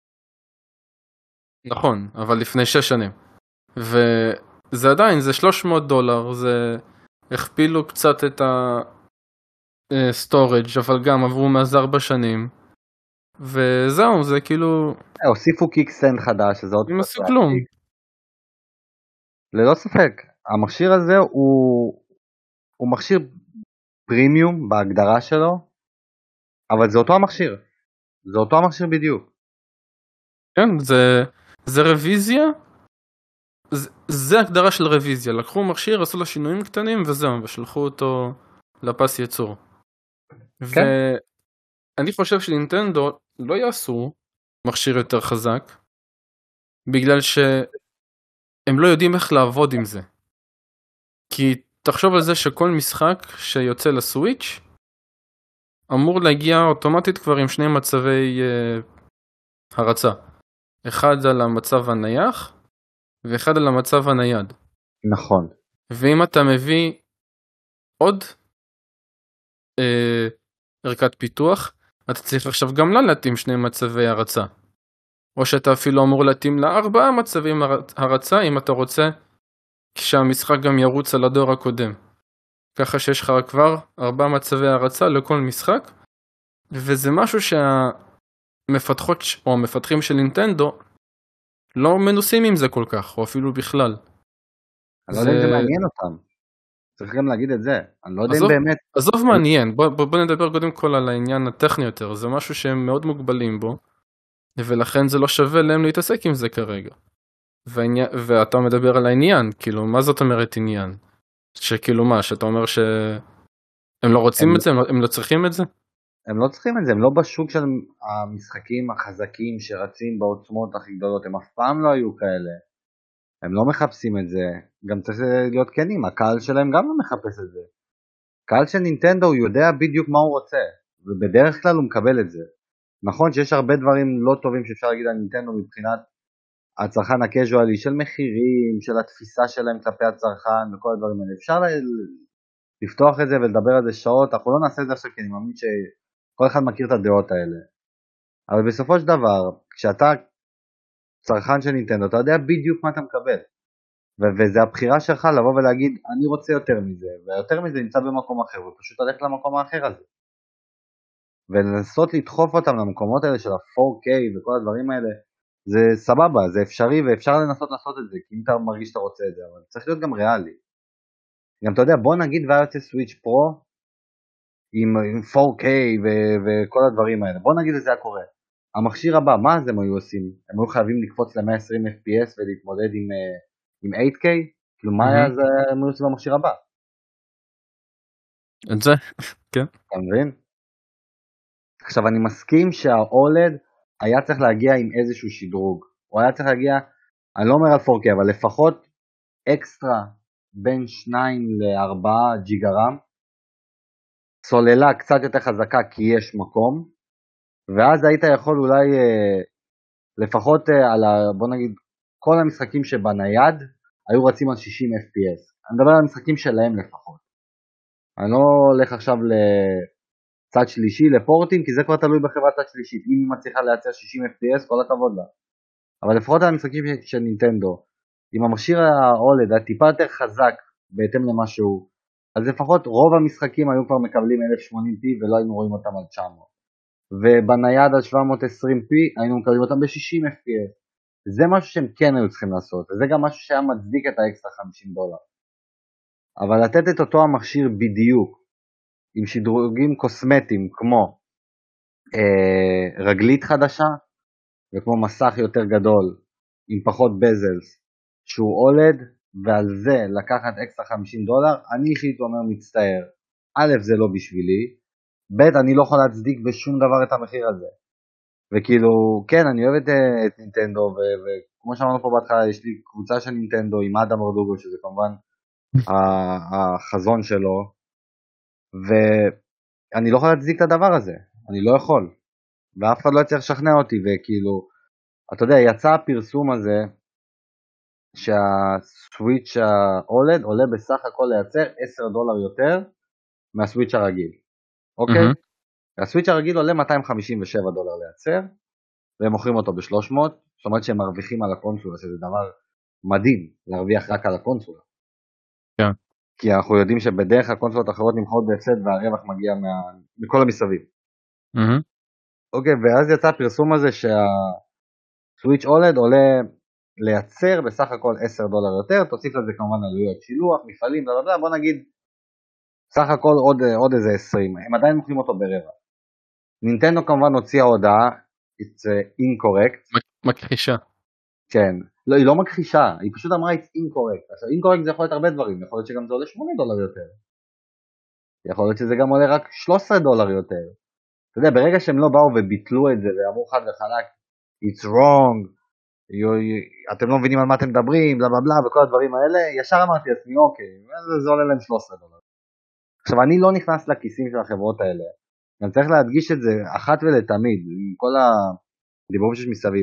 נכון, אבל לפני שש שנים. וזה עדיין, זה שלוש מאות דולר, זה הכפילו קצת את הסטורג', אבל גם עברו מאז ארבע שנים. וזהו, זה כאילו... הוסיפו קיקסטנד חדש, זה עוד... הם עשו כלום. ללא ספק, המכשיר הזה הוא, הוא מכשיר פרימיום בהגדרה שלו, אבל זה אותו המכשיר, זה אותו המכשיר בדיוק. כן, זה, זה רוויזיה, זה, זה הגדרה של רוויזיה, לקחו מכשיר, עשו לו שינויים קטנים וזהו, ושלחו אותו לפס ייצור. כן. ואני חושב שנינטנדו לא יעשו מכשיר יותר חזק, בגלל ש... הם לא יודעים איך לעבוד עם זה. כי תחשוב על זה שכל משחק שיוצא לסוויץ' אמור להגיע אוטומטית כבר עם שני מצבי uh, הרצה. אחד על המצב הנייח, ואחד על המצב הנייד. נכון. ואם אתה מביא עוד אה, ערכת פיתוח, אתה צריך עכשיו גם לה להתאים שני מצבי הרצה. או שאתה אפילו אמור להתאים לארבעה מצבים הרצה, אם אתה רוצה כשהמשחק גם ירוץ על הדור הקודם. ככה שיש לך כבר ארבעה מצבי הרצה לכל משחק, וזה משהו שהמפתחות או המפתחים של נינטנדו לא מנוסים עם זה כל כך, או אפילו בכלל. אני לא יודע אם זה מעניין אותם. צריך גם להגיד את זה. אני לא יודע אם באמת... עזוב מעניין, בוא, בוא, בוא נדבר קודם כל על העניין הטכני יותר. זה משהו שהם מאוד מוגבלים בו, ולכן זה לא שווה להם להתעסק עם זה כרגע. והעניין, ואתה מדבר על העניין, כאילו, מה זאת אומרת עניין? שכאילו מה, שאתה אומר שהם לא רוצים את זה, הם לא צריכים את זה? הם לא צריכים את זה, הם לא בשוק של המשחקים החזקים שרצים בעוצמות הכי גדולות, הם אף פעם לא היו כאלה. הם לא מחפשים את זה, גם צריך להיות כנים, הקהל שלהם גם לא מחפש את זה. קהל של נינטנדו הוא יודע בדיוק מה הוא רוצה, ובדרך כלל הוא מקבל את זה. נכון שיש הרבה דברים לא טובים שאפשר להגיד על נינטנדו מבחינת הצרכן הקזואלי של מחירים, של התפיסה שלהם כלפי הצרכן וכל הדברים האלה. אפשר לפתוח את זה ולדבר על זה שעות, אנחנו לא נעשה את זה עכשיו כי אני מאמין שכל אחד מכיר את הדעות האלה. אבל בסופו של דבר, כשאתה צרכן של נינטנדו, אתה יודע בדיוק מה אתה מקבל. ו- וזה הבחירה שלך לבוא ולהגיד, אני רוצה יותר מזה, ויותר מזה נמצא במקום אחר, ופשוט הולך למקום האחר הזה. ולנסות לדחוף אותם למקומות האלה של ה-פור קיי וכל הדברים האלה, זה סבבה, זה אפשרי, ואפשר לנסות לעשות את זה, כי אם אתה מרגיש שאתה רוצה את זה, אבל צריך להיות גם ריאלי. גם אתה יודע, בוא נגיד והיה יוצא סוויץ' פרו, עם, עם פור קיי ו- וכל הדברים האלה, בוא נגיד שזה היה קורה. המכשיר הבא, מה אז הם היו עושים? הם היו חייבים לקפוץ ל-מאה ועשרים אף פי אס ולהתמודד עם, עם אייט קיי? כאילו מה היה אז הם היו עושים במכשיר הבא? את זה, כן. אתה מבין? עכשיו אני מסכים שה-אולד היה צריך להגיע עם איזשהו שדרוג. הוא היה צריך להגיע, אני לא אומר על פור קיי, אבל לפחות אקסטרה בין שניים לארבעה ג'יגה רם, סוללה קצת יותר חזקה כי יש מקום, ואז היית יכול אולי אה, לפחות אה, על ה, בוא נגיד, כל המשחקים שבנייד היו רצים על שישים אף פי אס. אני מדבר על המשחקים שלהם לפחות. אני לא הולך עכשיו לצד שלישי, לפורטים, כי זה כבר תלוי בחברת צד שלישית. אם היא מצליחה לייצר שישים אף פי אס, כל הכבוד לה. אבל לפחות על המשחקים של נינטנדו, אם המכשיר ה-אולד היה טיפה יותר חזק בהתאם למה שהוא, אז לפחות רוב המשחקים היו כבר מקבלים אלף שמונים פי ולא היינו רואים אותם על תשע מאות. ובנייד על שבע מאות עשרים פי היינו מקבלים אותם ב-שישים אף פי אס. זה משהו שהם כן היו צריכים לעשות, וזה גם משהו שהיה מצדיק את האקסטרה חמישים דולר. אבל לתת את אותו המכשיר בדיוק, עם שדרוגים קוסמטיים כמו אה, רגלית חדשה, וכמו מסך יותר גדול, עם פחות בזלס, שהוא אולד, ועל זה לקחת אקסטרה חמישים דולר, אני אישית אומר מצטער. א', זה לא בשבילי, ב', אני לא יכול להצדיק בשום דבר את המחיר הזה. וכאילו, כן, אני אוהב את, את נינטנדו, ו- וכמו שאמרנו פה בהתחלה, יש לי קבוצה של נינטנדו עם אדם ברדוגו, שזה כמובן החזון שלו, ואני לא יכול להצדיק את הדבר הזה, אני לא יכול, ואף אחד לא יצטרך לשכנע אותי, וכאילו, אתה יודע, יצא הפרסום הזה, שהסוויץ' ה-אולד עולה בסך הכל לייצר עשרה דולר יותר מהסוויץ' הרגיל, אוקיי? Mm-hmm. הסוויץ' הרגיל עולה מאתיים חמישים ושבעה דולר לייצר, והם מוכרים אותו ב-שלוש מאות, זאת אומרת שהם מרוויחים על הקונסולה, שזה דבר מדהים, להרוויח רק על הקונסולה. כן. כי אנחנו יודעים שבדרך הקונסולות האחרות נמכרות בהפסד, והרווח מגיע מה... מכל המסביב. Mm-hmm. אוקיי, ואז יצא הפרסום הזה שהסוויץ' אולד עולה לייצר בסך הכל עשרה דולר יותר, תוסיף לזה כמובן עלויות שילוח, מפעלים, בלה בלה, בוא נגיד, סך הכל עוד, עוד איזה עשרים, הם עדיין מוכרים אותו ברבע. נינטנדו כמובן הוציאה הודעה, it's incorrect. מכחישה. כן, לא, היא לא מכחישה, היא פשוט אמרה it's incorrect. עכשיו incorrect זה יכול להיות הרבה דברים, יכול להיות שגם זה עולה שמונה דולר יותר. יכול להיות שזה גם עולה רק שלושה עשר דולר יותר. אתה יודע, ברגע שהם לא באו וביטלו את זה ואמרו חד וחלק, it's wrong, אתם לא מבינים על מה אתם מדברים, בלה בלה בלה וכל הדברים האלה, ישר אמרתי לעצמי, אוקיי, זה, זה עולה להם שלושה עשר דולר. עכשיו אני לא נכנס לכיסים של החברות האלה, אני צריך להדגיש את זה אחת ולתמיד, עם כל הדיבורים שיש מסביב.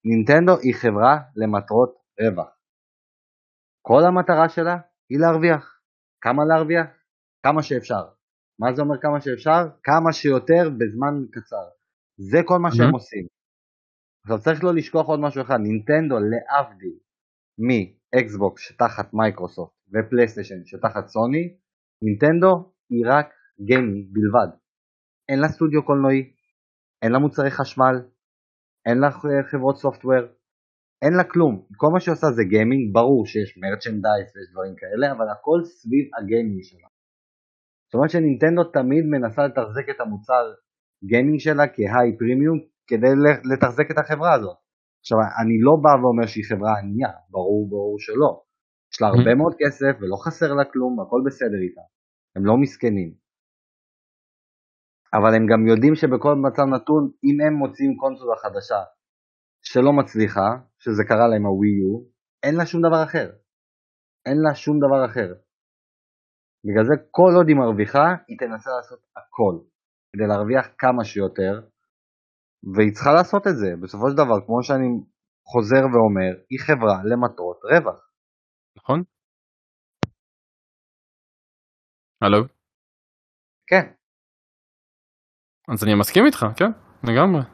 נינטנדו היא חברה למטרות רווח. כל המטרה שלה היא להרוויח. כמה להרוויח? כמה שאפשר. מה זה אומר כמה שאפשר? כמה שיותר בזמן קצר. זה כל מה שהם עושים. עכשיו צריך לא לשכוח עוד משהו אחד. נינטנדו להבדיל מאקסבוקס שתחת מייקרוסופט ופלייסטיישן שתחת סוני, נינטנדו היא רק גיימינג בלבד. אין לה סטודיו קולנועי, אין לה מוצרי חשמל, אין לה חברות סופטוור, אין לה כלום. כל מה שעושה זה גיימינג. ברור שיש מרצ'נדייז ויש דברים כאלה, אבל הכל סביב הגיימינג שלה. זאת אומרת שנינטנדו תמיד מנסה לתחזק את המוצר גיימינג שלה כהיי פרימיום כדי לתחזק את החברה הזאת. עכשיו אני לא בא ואומר שהיא חברה ענייה, ברור ברור שלא. יש לה הרבה מאוד כסף ולא חסר לה כלום, הכל בסדר איתה. הם לא מסכנים. אבל הם גם יודעים שבכל מצב נתון, אם הם מוצאים קונסולה חדשה שלא מצליחה, שזה קרה להם הווי יו, אין לה שום דבר אחר. אין לה שום דבר אחר. בגלל זה כל עוד היא מרוויחה, היא תנסה לעשות הכל, כדי להרוויח כמה שיותר, והיא צריכה לעשות את זה. בסופו של דבר, כמו שאני חוזר ואומר, היא חברה למטרות רווח. נכון? הלו? כן. אז אני מסכים איתך, כן? לגמרי.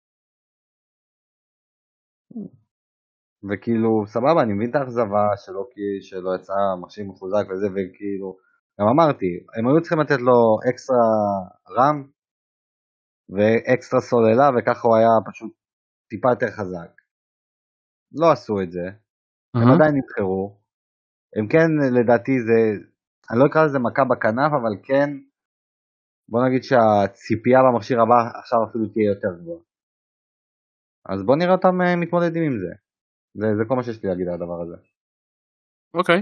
וכאילו, סבבה, אני מבין את האכזבה שלו, שלא יצא מכשיר מחוזק וזה, וכאילו, גם אמרתי, הם היו צריכים לתת לו אקסטרה רם, ואקסטרה סוללה, וככה הוא היה פשוט טיפה יותר חזק. לא עשו את זה, הם Uh-huh. עדיין נבחרו, הם כן, לדעתי זה, אני לא אקרא לזה מכה בכנף, אבל כן, בוא נגיד שהציפייה במכשיר הבא עכשיו אפילו תהיה יותר גבוהה. אז בוא נראה אותם מתמודדים עם זה. זה, זה כל מה שיש לי להגיד על הדבר הזה. אוקיי.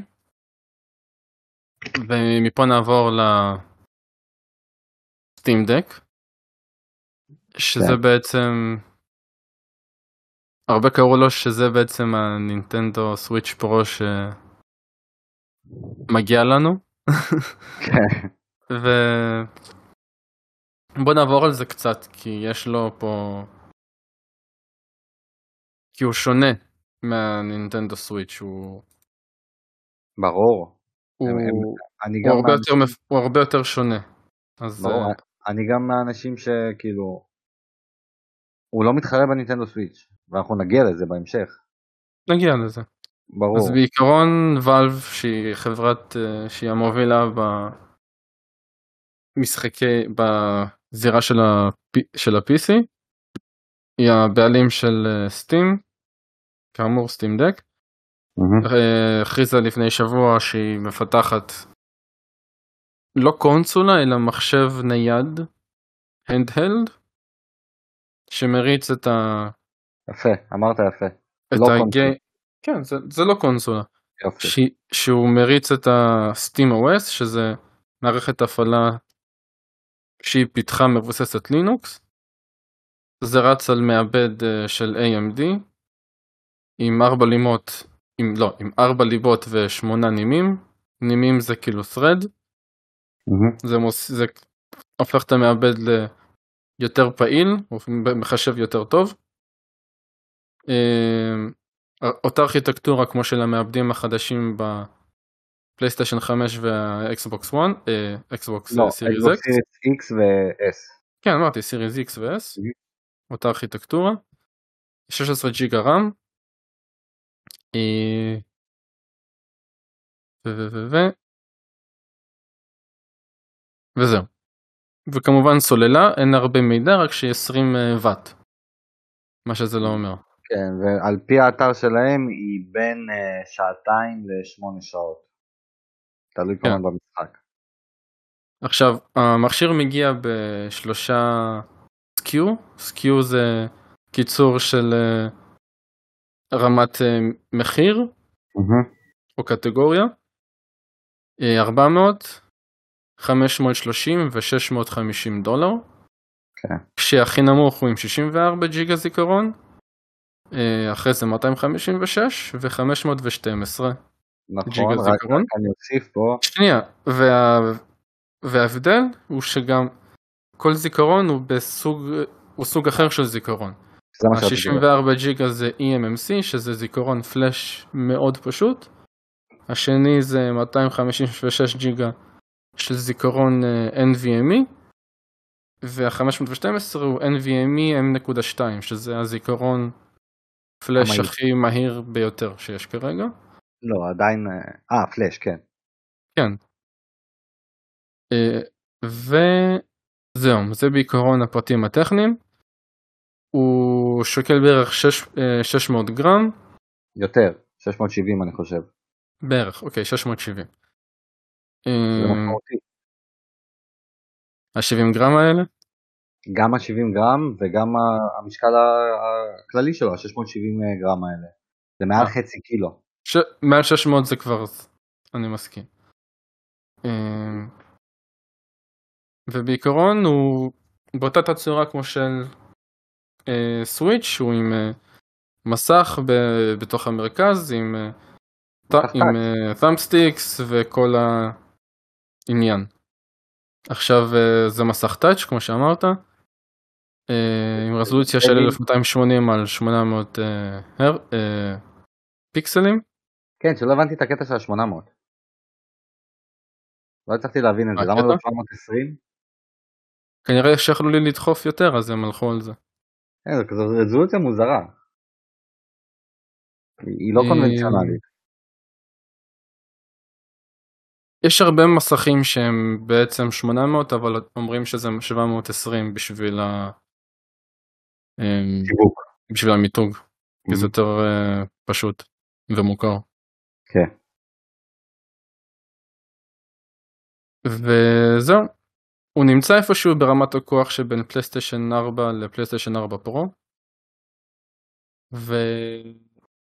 ומפה נעבור לסטים דק, שזה בעצם, הרבה קראו לו שזה בעצם הנינטנדו סוויץ' פרו שמגיע לנו. ובוא נעבור על זה קצת, כי יש לו פה, כי הוא שונה מהנינטנדו סוויץ', הוא ברור. הוא, הם, הם, אני הוא, גם הרבה מהאנשים, יותר, הוא הרבה יותר שונה. אז ברור, uh, אני גם מהאנשים שכאילו, הוא לא מתחרה בנינטנדו סוויץ', ואנחנו נגיע לזה בהמשך. נגיע לזה. ברור. אז בעיקרון ואלב, שהיא חברת, uh, שהיא המובילה במשחקי, בזירה של, ה, של ה-פי סי, היא הבעלים של סטים, uh, כאמור סטים דק, הכריזה לפני שבוע שהיא מפתחת לא קונסולה אלא מחשב נייד handheld שמריץ את ה יפה, אמרת יפה. את לא הגי... קונסולה. כן, זה, זה לא קונסולה. יופי. ש... שהוא מריץ את ה-Steam או אס, שזה מערכת הפעלה שהיא פיתחה מבוססת לינוקס. זה רץ על מעבד של איי אם די עם ארבע לימות עם, לא, עם ארבע ליבות ושמונה נימים. נימים זה כאילו thread. Mm-hmm. זה, מוס, זה הופך את המעבד ליותר פעיל, הוא מחשב יותר טוב. אותה ארכיטקטורה כמו של המעבדים החדשים בפלייסטיישן חמש והאקסבוקס אחת, אקסבוקס סיריס X ו-S. כן, אמרתי סיריס X ו-S. Mm-hmm. אותה ארכיטקטורה. שש עשרה ג'יגה רם. ו... ו... ו... ו... וזהו. וכמובן סוללה, אין הרבה מידע, רק שהיא עשרים וואט. מה שזה לא אומר. כן, ועל פי האתר שלהם היא בין uh, שעתיים לשמונה שעות. תלוי כן. כמובן במשחק. עכשיו, המכשיר מגיע בשלושה סקיו. סקיו זה קיצור של uh, רמת uh, מחיר, mm-hmm. או קטגוריה. Uh, ארבע מאות, חמש מאות ושלושים ו-שש מאות וחמישים דולר. כן. כשהכי נמוך הוא עם שישים וארבע ג'יגה זיכרון. אחרי זה מאתיים חמישים ושש ו-חמש מאות ושתים עשרה נכון, ג'יגה רק, זיכרון. רק אני אוסיף פה. שנייה, וה... וההבדל הוא שגם כל זיכרון הוא בסוג, הוא סוג אחר של זיכרון. זה מה שרציתי ה-שישים לדעת. וארבע ג'יגה זה אי אם אם סי, שזה זיכרון פלאש מאוד פשוט. השני זה מאתיים חמישים ושש ג'יגה של זיכרון אה, אן וי אם אי, וה-חמש מאות ושתים עשרה הוא אן וי אם אי אם נקודה שתיים, שזה הזיכרון פלאש המהיר. הכי מהיר ביותר שיש כרגע. לא, עדיין, אה, פלאש, כן. כן. אה, וזהו, זה בעיקרון הפרטים הטכניים. הוא שוקל בערך שש- אה, שש מאות גרם, יותר, שש מאות שבעים אני חושב. בערך, אוקיי, שש מאות שבעים. זה אה, משמעותי. ה-שבעים גרם האלה? גם ה-שבעים גרם וגם ה- המשקל ה- הכללי שלו, ה-שש מאות שבעים גרם האלה. זה מעל אה. חצי קילו. ש... מעל שש מאות זה כבר, אני מסכים. אה, ובעיקרון הוא באותה תצורה כמו של אה, סוויץ', הוא עם אה, מסך ב- בתוך המרכז, עם, אה, ט- עם אה, thumbsticks וכל העניין. עכשיו אה, זה מסך טאץ' כמו שאמרת, אה, עם רזולוציה של אלף מאתיים שמונים על שמונה מאות אה, הר, אה, פיקסלים. כן, שלא הבנתי את הקטע של ה-שמונה מאות. לא הצלחתי להבין את מה זה, למה לא הקטע? שבע מאות ועשרים? כנראה שיכלו לי לדחוף יותר, אז הם הלכו על זה. כן, זו כזו רזולוציה מוזרה. היא לא אה, קונבנציונלית. יש הרבה מסכים שהם בעצם שמונה מאות, אבל אומרים שזה שבע מאות ועשרים בשביל ה... אה, שיווק. בשביל המיתוג, כי זה Mhm. יותר אה, פשוט ומוכר. כן. וזהו, הוא נמצא איפשהו ברמת הכוח שבין פלייסטיישן ארבע לפלייסטיישן ארבע פרו, והוא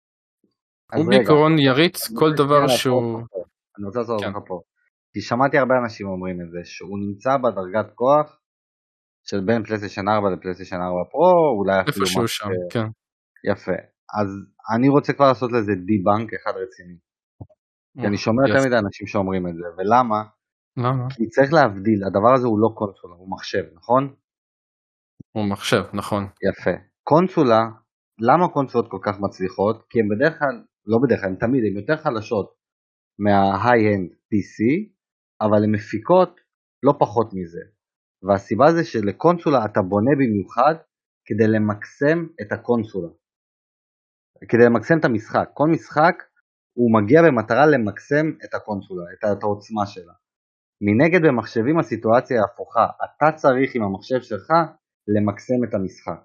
אז רגע, בעיקרון יריץ אני כל רוצה דבר שנייה לעצור שהוא... אותך פה. אני רוצה לעצור כן. אותך פה. כי שמעתי הרבה אנשים אומרים את זה, שהוא נמצא בדרגת כוח של בין פלייסטיישן ארבע לפלייסטיישן ארבע פרו, אולי אפילו איפשהו משהו שם, ש- כן. יפה. אז אני רוצה כבר לעשות לזה דיבנק אחד רציני. כי אני שומע יותר יפה. מדי אנשים שאומרים את זה, ולמה? למה? כי צריך להבדיל, הדבר הזה הוא לא קונסולה, הוא מחשב, נכון? הוא מחשב, נכון. יפה. קונסולה, למה קונסולות כל כך מצליחות? כי הן בדרך כלל, לא בדרך כלל, הן תמיד, הן יותר חלשות מה-high-end פי סי, אבל הן מפיקות לא פחות מזה. והסיבה זה שלקונסולה אתה בונה במיוחד כדי למקסם את הקונסולה. כדי למקסם את המשחק. כל משחק הוא מגיע במטרה למקסם את הקונסולה, את, את העוצמה שלה. מנגד במחשבים הסיטואציה היא הפוכה. אתה צריך עם המחשב שלך למקסם את המשחק.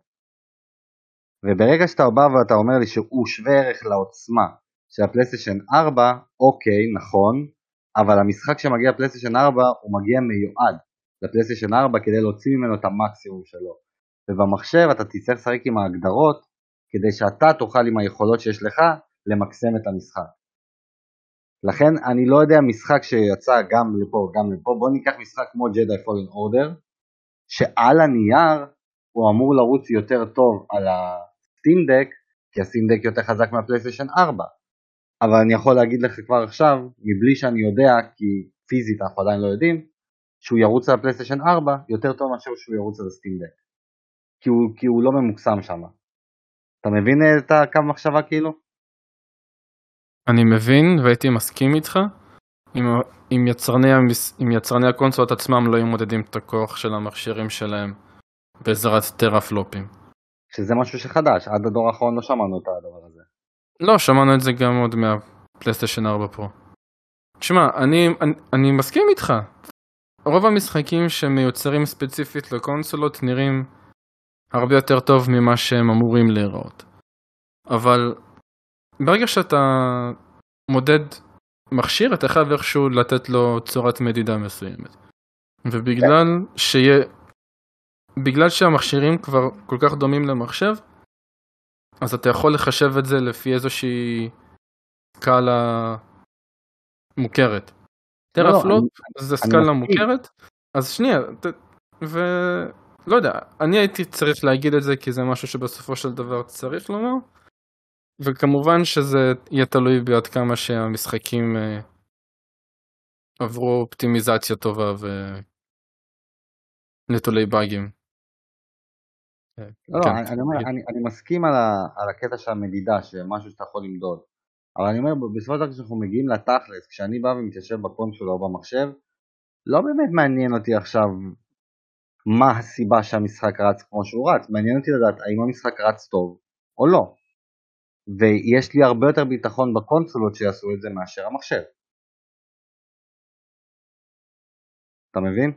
וברגע שאתה בא ואתה אומר לי שהוא שווה ערך לעוצמה של הפלייסטיישן ארבע, אוקיי, נכון, אבל המשחק שמגיע לפלייסטיישן ארבע הוא מגיע מיועד לפלייסטיישן ארבע כדי להוציא ממנו את המקסימום שלו. ובמחשב אתה תצטרך לשחק עם ההגדרות כדי שאתה תוכל עם היכולות שיש לך למקסם את המשחק. לכן אני לא יודע משחק שיצא גם לפה גם לפה, בוא ניקח משחק כמו Jedi Fallen Order, שעל הנייר הוא אמור לרוץ יותר טוב על הסטים דק, כי הסטים דק יותר חזק מהפלייסטיישן ארבע. אבל אני יכול להגיד לך כבר עכשיו, מבלי שאני יודע, כי פיזית אנחנו עדיין לא יודעים, שהוא ירוץ על הפלייסטיישן ארבע יותר טוב מאשר שהוא ירוץ על הסטים דק. כי הוא, כי הוא לא ממוקסם שם. אתה מבין את הקו מחשבה כאילו? אני מבין והייתי מסכים איתך, אם, אם, יצרני, המס... אם יצרני הקונסולות עצמם לא היו מודדים את הכוח של המכשירים שלהם בעזרת טרפלופים. שזה משהו שחדש, עד הדור האחרון לא שמענו את הדבר הזה. לא, שמענו את זה גם עוד מהפלייסטיישן ארבע פרו. תשמע, אני, אני, אני מסכים איתך. רוב המשחקים שמיוצרים ספציפית לקונסולות נראים הרבה יותר טוב ממה שהם אמורים להיראות. אבל ברגע שאתה מודד מכשיר, אתה חייב איכשהו לתת לו צורת מדידה מסוימת. ובגלל שיה... בגלל שהמכשירים כבר כל כך דומים למחשב, אז אתה יכול לחשב את זה לפי איזושהי סקאלה מוכרת. טרפלופ זה סקאלה מוכרת, אז שנייה, ת... ולא יודע, אני הייתי צריך להגיד את זה כי זה משהו שבסופו של דבר צריך לומר, וכמובן שזה יהיה תלוי בעד כמה שהמשחקים אה, עברו אופטימיזציה טובה ונטולי באגים. לא, לא, אני, אני, אומר, אני, אני מסכים על, ה, על הקטע של המדידה, שמשהו שאתה יכול למדוד. אבל אני אומר, בסופו של דבר כשאנחנו מגיעים לתכלס, כשאני בא ומתיישב בקונסולה או במחשב, לא באמת מעניין אותי עכשיו מה הסיבה שהמשחק רץ כמו שהוא רץ, מעניין אותי לדעת האם המשחק רץ טוב או לא. ויש לי הרבה יותר ביטחון בקונסולות שיעשו את זה מאשר המחשב. אתה מבין?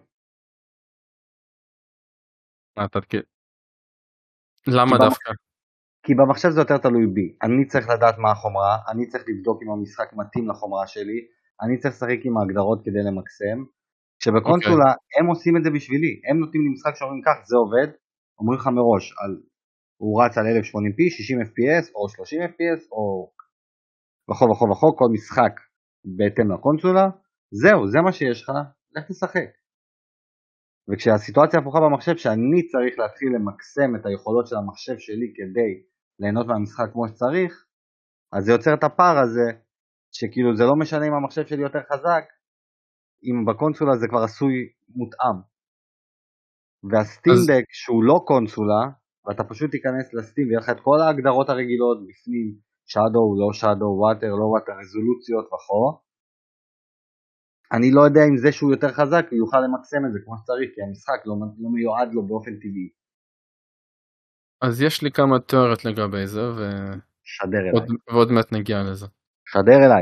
למה כי דווקא? כי במחשב זה יותר תלוי בי, אני צריך לדעת מה החומרה, אני צריך לבדוק אם המשחק מתאים לחומרה שלי, אני צריך לשחק עם ההגדרות כדי למקסם, כשבקונסולה okay. הם עושים את זה בשבילי, הם נותנים לי משחק שאומרים כך, זה עובד, אומרים לך מראש, על, הוא רץ על אלף ושמונים פי, שישים אף פי אס או שלושים אף פי אס או וכו וכו וכו, כל משחק בהתאם לקונסולה, זהו, זה מה שיש לך, לך תשחק. וכשהסיטואציה הפוכה במחשב שאני צריך להתחיל למקסם את היכולות של המחשב שלי כדי ליהנות מהמשחק כמו שצריך, אז זה יוצר את הפער הזה, שכאילו זה לא משנה אם המחשב שלי יותר חזק, אם בקונסולה זה כבר עשוי מותאם. והסטים דק אז... שהוא לא קונסולה, ואתה פשוט תיכנס לסטים ויהיה לך את כל ההגדרות הרגילות בפנים, שדו, לא שדו, ווטר, לא ווטר, רזולוציות וכו, אני לא יודע אם זה שהוא יותר חזק הוא יוכל למקסם את זה כמו שצריך, כי המשחק לא, לא מיועד לו באופן טבעי. אז יש לי כמה תיאוריות לגבי זה, ו... שדר עוד, אליי. ועוד מעט נגיע לזה. שדר אליי.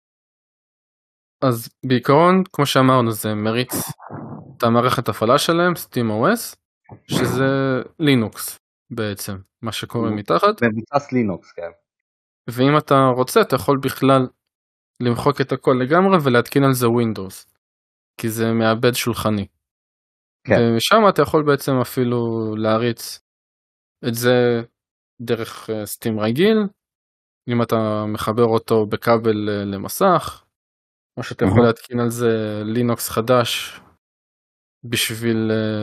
אז בעיקרון, כמו שאמרנו, זה מריץ את המערכת הפעלה שלהם, SteamOS, שזה לינוקס בעצם, מה שקורה מתחת. מבוסס לינוקס, כן. ואם אתה רוצה, אתה יכול בכלל למחוק את הכל לגמרי ולהתקין על זה Windows, כי זה מעבד שולחני. כן. ומשם אתה יכול בעצם אפילו להריץ את זה דרך סטים רגיל, אם אתה מחבר אותו בכבל למסך, או שאתה יכול להתקין על זה לינוקס חדש בשביל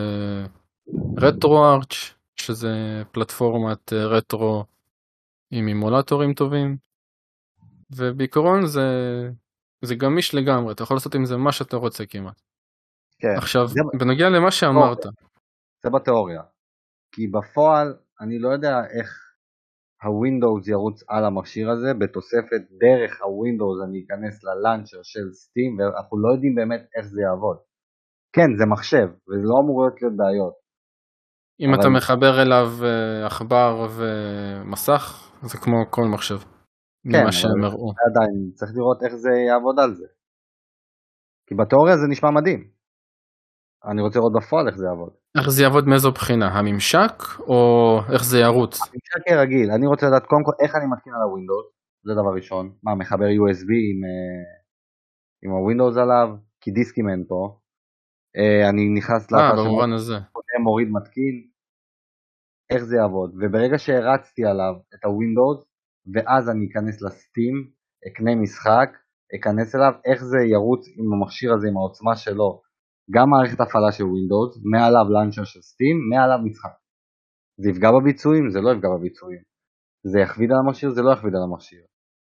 רטרו-ארץ', שזה פלטפורמת רטרו עם אימולטורים טובים, ובעיקרון זה, זה גמיש לגמרי, אתה יכול לעשות עם זה מה שאתה רוצה כמעט. כן. עכשיו, זה... בנגיע למה שאמרת. זה בתיאוריה, כי בפועל אני לא יודע איך הווינדוס ירוץ על המכשיר הזה, בתוספת דרך הווינדוס אני אכנס ללאנצ'ר של סטים, ואנחנו לא יודעים באמת איך זה יעבוד. כן, זה מחשב, וזה לא אמור להיות להיות בעיות. אם אבל... אתה מחבר אליו עכבר ומסך, זה כמו כל מחשב. כן, אבל עדיין צריך לראות איך זה יעבוד על זה. כי בתיאוריה זה נשמע מדהים. אני רוצה לראות בפועל איך זה יעבוד. איך זה יעבוד מאיזו בחינה? הממשק או איך זה ירוץ? הממשק כרגיל. אני רוצה לדעת קודם כל איך אני מתקין על הווינדוס. זה דבר ראשון. מה, מחבר יו אס בי עם, עם הווינדוס עליו? כי דיסקים אין פה. אני נכנס לאתר במובן הזה. מוריד מתקין. איך זה יעבוד? וברגע שהרצתי עליו את הווינדוס, ואז אני אכנס לסטים, אקנה משחק, אכנס אליו, איך זה ירוץ עם המכשיר הזה, עם העוצמה שלו, גם מערכת הפעלה של ווינדוס, מעליו לאנצ'ר של סטים, מעליו משחק. זה יפגע בביצועים? זה לא יפגע בביצועים. זה יכביד על המכשיר? זה לא יכביד על המכשיר.